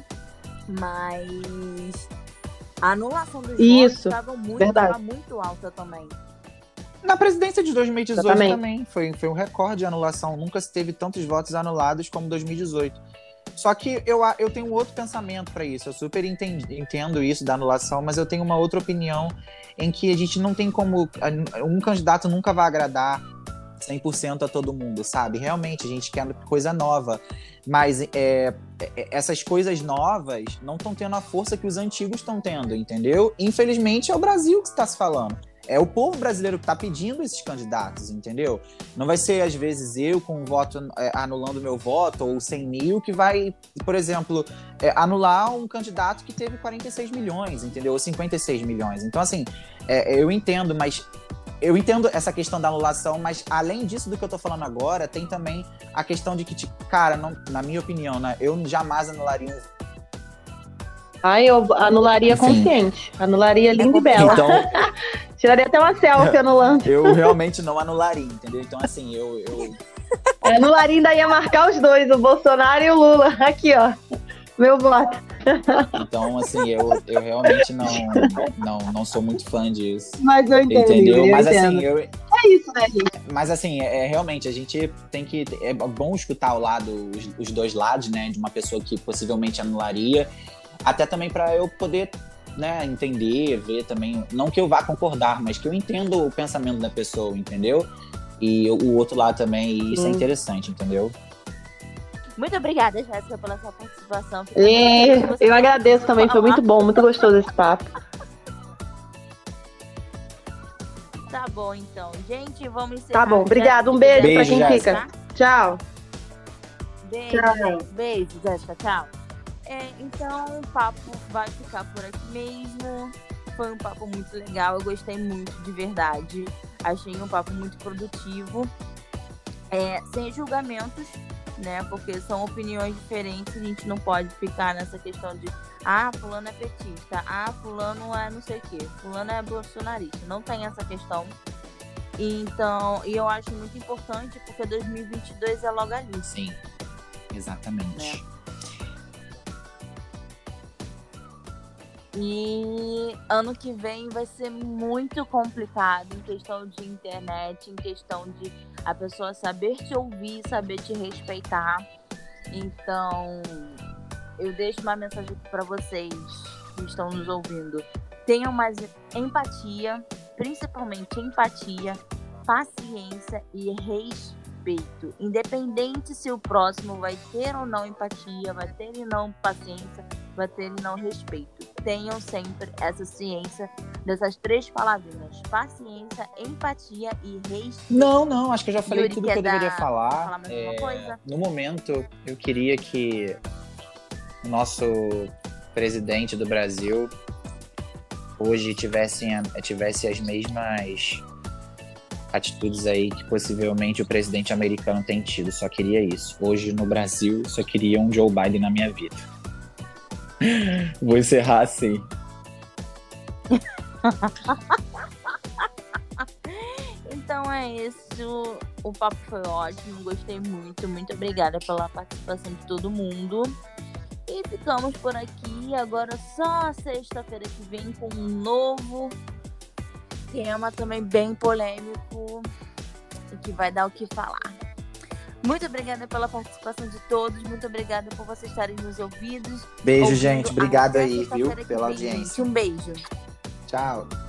Speaker 1: mas a anulação dos votos estava muito, estava muito alta também.
Speaker 3: Na presidência de dois mil e dezoito
Speaker 4: também,
Speaker 3: também foi, foi um recorde de anulação. Nunca se teve tantos votos anulados como dois mil e dezoito. Só que eu, eu tenho outro pensamento para isso. Eu super entendo, entendo isso da anulação, mas eu tenho uma outra opinião em que a gente não tem como... Um candidato nunca vai agradar cem por cento a todo mundo, sabe? Realmente, a gente quer coisa nova. Mas é, essas coisas novas não estão tendo a força que os antigos estão tendo, entendeu? Infelizmente, é o Brasil que está se falando. É o povo brasileiro que está pedindo esses candidatos, entendeu? Não vai ser, às vezes, eu com um voto é, anulando meu voto, ou cem mil, que vai, por exemplo, é, anular um candidato que teve quarenta e seis milhões, entendeu? Ou cinquenta e seis milhões. Então, assim, é, eu entendo, mas... Eu entendo essa questão da anulação, mas além disso do que eu tô falando agora, tem também a questão de que, tipo, cara, não, na minha opinião, né? Eu jamais anularia um...
Speaker 4: Ai, eu anularia Enfim. consciente. Anularia linda e bela.
Speaker 3: Então,
Speaker 4: tiraria até uma selfie anulando.
Speaker 3: Eu realmente não anularia, entendeu? Então, assim, eu... eu...
Speaker 4: eu anularia, ainda ia marcar os dois, o Bolsonaro e o Lula. Aqui, ó. Meu voto.
Speaker 3: Então, assim, eu, eu realmente não, não, não sou muito fã disso.
Speaker 4: Mas eu entendo.
Speaker 3: Entendeu?
Speaker 4: Eu
Speaker 3: Mas
Speaker 4: entendo.
Speaker 3: assim, eu...
Speaker 4: É isso, né, gente?
Speaker 3: Mas assim, é, realmente, a gente tem que... É bom escutar o lado, os, os dois lados, né? De uma pessoa que possivelmente anularia. Até também para eu poder, né, entender, ver também... Não que eu vá concordar, mas que eu entendo o pensamento da pessoa, entendeu? E o outro lado também, e isso hum. é interessante, entendeu?
Speaker 1: Muito obrigada, Jéssica, pela sua participação.
Speaker 4: É, eu agradeço também, foi muito bom, muito gostoso esse papo.
Speaker 1: Tá bom, então. Gente, vamos encerrar.
Speaker 4: Tá bom, obrigado. Um beijo, beijo pra quem
Speaker 3: Jéssica.
Speaker 4: fica. Tchau.
Speaker 1: Beijo,
Speaker 4: tchau.
Speaker 1: Beijo, Jéssica. Tchau. É, então, o papo vai ficar por aqui mesmo. Foi um papo muito legal, eu gostei muito, de verdade. Achei um papo muito produtivo. É, sem julgamentos, né? Porque são opiniões diferentes, a gente não pode ficar nessa questão de ah, fulano é petista, ah, fulano é não sei o quê, fulano é bolsonarista. Não tem essa questão. Então, e eu acho muito importante porque dois mil e vinte e dois é logo ali.
Speaker 3: Sim, exatamente.
Speaker 1: Né? E ano que vem vai ser muito complicado em questão de internet, em questão de a pessoa saber te ouvir, saber te respeitar. Então, eu deixo uma mensagem aqui para vocês que estão nos ouvindo. Tenham mais empatia, principalmente empatia, paciência e respeito. Independente se o próximo vai ter ou não empatia, vai ter ou não paciência, vai ter ou não respeito. Tenham sempre essa ciência dessas três palavrinhas: paciência, empatia e respeito.
Speaker 3: Não, não, acho que eu já falei
Speaker 1: Yuri,
Speaker 3: tudo que eu
Speaker 1: dar,
Speaker 3: deveria falar.
Speaker 1: falar mais
Speaker 3: é,
Speaker 1: uma coisa?
Speaker 3: No momento, eu queria que o nosso presidente do Brasil hoje tivesse, tivesse as mesmas atitudes aí que possivelmente o presidente americano tem tido. Só queria isso. Hoje no Brasil, só queria um Joe Biden na minha vida. Vou encerrar assim.
Speaker 1: Então é isso. O papo foi ótimo. Gostei muito. Muito obrigada pela participação de todo mundo. E ficamos por aqui. Agora só sexta-feira que vem com um novo tema também bem polêmico e que vai dar o que falar. Muito obrigada pela participação de todos. Muito obrigada por vocês estarem nos ouvidos.
Speaker 3: Beijo,
Speaker 1: ouvindo.
Speaker 3: gente. Obrigado
Speaker 1: Até
Speaker 3: aí, viu?
Speaker 1: sexta-feira que
Speaker 3: Pela
Speaker 1: vem,
Speaker 3: audiência.
Speaker 1: gente. Um beijo.
Speaker 3: Tchau.